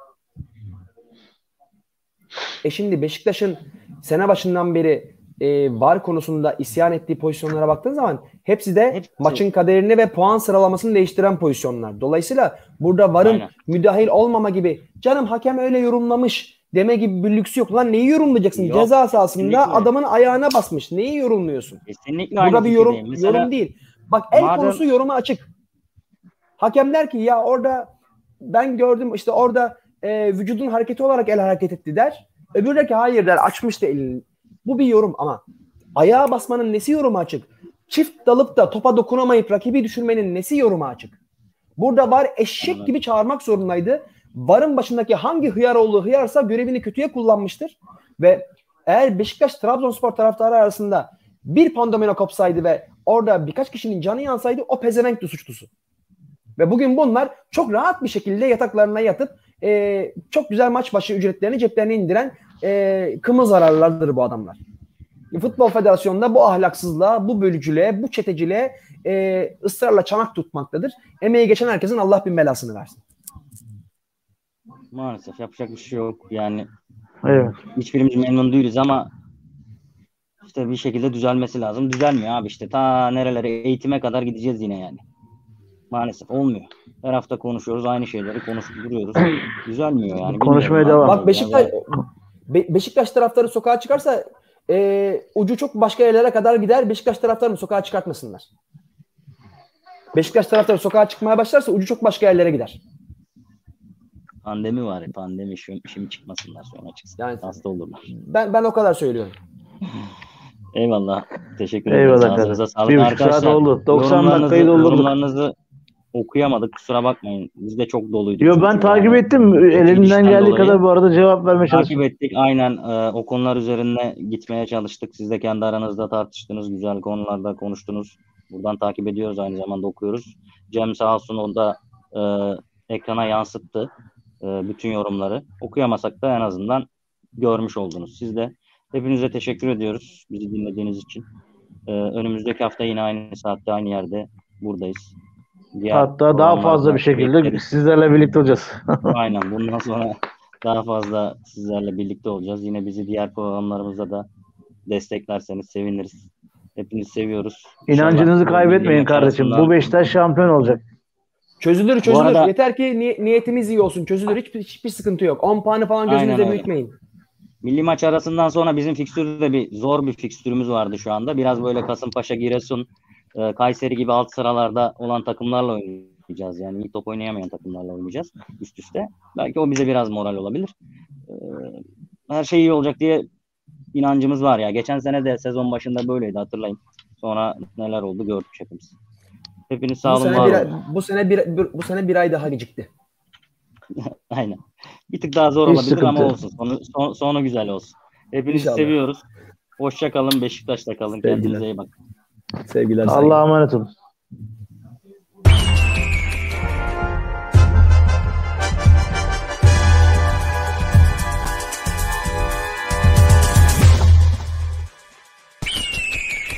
E şimdi Beşiktaş'ın sene başından beri e, VAR konusunda isyan ettiği pozisyonlara baktığın zaman hepsi de Hepsi. maçın kaderini ve puan sıralamasını değiştiren pozisyonlar. Dolayısıyla burada VAR'ın Aynen. müdahil olmama gibi canım hakem öyle yorumlamış deme gibi bir lüksü yok. Lan neyi yorumlayacaksın? Yok, Ceza sahasında kesinlikle. adamın ayağına basmış. Neyi yorumluyorsun? Kesinlikle aynı Burada bir yorum fikirdeyim. Mesela yorum değil. Bak el madem- konusu yoruma açık. Hakem der ki ya orada ben gördüm işte orada e, vücudun hareketi olarak el hareket etti der. Öbürü der ki hayır der açmıştı elini. Bu bir yorum ama ayağa basmanın nesi yoruma açık? Çift dalıp da topa dokunamayıp rakibi düşürmenin nesi yoruma açık? Burada VAR eşek gibi çağırmak zorundaydı. VAR'ın başındaki hangi hıyaroğlu hıyarsa görevini kötüye kullanmıştır. Ve eğer Beşiktaş Trabzonspor taraftarı arasında bir pandomino kopsaydı ve orada birkaç kişinin canı yansaydı o pezevenkti suçlusu. Ve bugün bunlar çok rahat bir şekilde yataklarına yatıp e, çok güzel maç başı ücretlerini ceplerine indiren e, kımıl zararlardır bu adamlar. Futbol Federasyonu'nda bu ahlaksızlığa, bu bölücülüğe, bu çeteciliğe e, ısrarla çanak tutmaktadır. Emeği geçen herkesin Allah bin belasını versin. maalesef yapacak bir şey yok. Yani Evet. hiçbirimiz memnun değiliz ama işte bir şekilde düzelmesi lazım. Düzelmiyor abi işte. Ta nerelere eğitime kadar gideceğiz yine yani. Maalesef olmuyor. Her hafta konuşuyoruz. Aynı şeyleri konuşup duruyoruz. Düzelmiyor yani. Konuşmaya Bilmiyorum devam. abi. Bak Beşiktaş, Yani Be- Beşiktaş taraftarı sokağa çıkarsa e, ucu çok başka yerlere kadar gider. Beşiktaş taraftarını sokağa çıkartmasınlar. Beşiktaş taraftarı sokağa çıkmaya başlarsa ucu çok başka yerlere gider. pandemi var ya. Pandemi şimdi, şimdi çıkmasınlar sonra çıksın. Yani- Hasta olurlar. Ben ben o kadar söylüyorum. Eyvallah. Teşekkür ederiz. Eyvallah Ağzınıza kardeşim. sağlık. Bir buçuk saat Arkadaşlar, oldu. doksan yorumlarınızı- dakikayı doldurduk. Yorumlarınızı okuyamadık. Kusura bakmayın. Biz de çok doluyduk. Yo çünkü ben takip yani. ettim. Elimden işten geldiği dolayı. kadar bu arada cevap vermeye çalıştım. Takip ettik. Aynen e, o konular üzerine gitmeye çalıştık. Siz de kendi aranızda tartıştınız. Güzel konularda konuştunuz. Buradan takip ediyoruz. Aynı zamanda okuyoruz. Cem sağ olsun o da e, ekrana yansıttı e, bütün yorumları. Okuyamasak da en azından görmüş oldunuz. Siz de hepinize teşekkür ediyoruz bizi dinlediğiniz için. E, önümüzdeki hafta yine aynı saatte aynı yerde buradayız. Diğer Hatta daha fazla programlarda bir şekilde bekleriz. sizlerle birlikte olacağız. Aynen. Bundan sonra daha fazla sizlerle birlikte olacağız. Yine bizi diğer programlarımızda da desteklerseniz seviniriz. Hepinizi seviyoruz. İnancınızı İnşallah bu kaybetmeyin milli maç kardeşim. arasında- Bu Beşiktaş şampiyon olacak. Çözülür çözülür. arada- Yeter ki ni- niyetimiz iyi olsun. Çözülür. Hiçbir, hiçbir sıkıntı yok. on puanı falan Aynen gözünüzde öyle. büyütmeyin. Milli maç arasından sonra bizim fikstürde bir zor bir fikstürümüz vardı şu anda. Biraz böyle Kasımpaşa, Giresun, e, Kayseri gibi alt sıralarda olan takımlarla oynuyoruz. oynayacağız. Yani iyi top oynayamayan takımlarla oynayacağız üst üste. Belki o bize biraz moral olabilir. Ee, her şey iyi olacak diye inancımız var ya. Geçen sene de sezon başında böyleydi, hatırlayın. Sonra neler oldu gördük hepimiz. Hepiniz sağ Bu olun, sene var bir, olun. bu sene bir, bir- bu sene bir ay daha gecikti. Aynen. Bir tık daha zor Hiç olabilir ama sıkıntı. olsun. Sonu, son- sonu güzel olsun. Hepinizi İnşallah. seviyoruz. Hoşça kalın. Beşiktaş'ta kalın. Sevgiler. Kendinize iyi bakın. Sevgiler, saygılar. Allah'a emanet olun.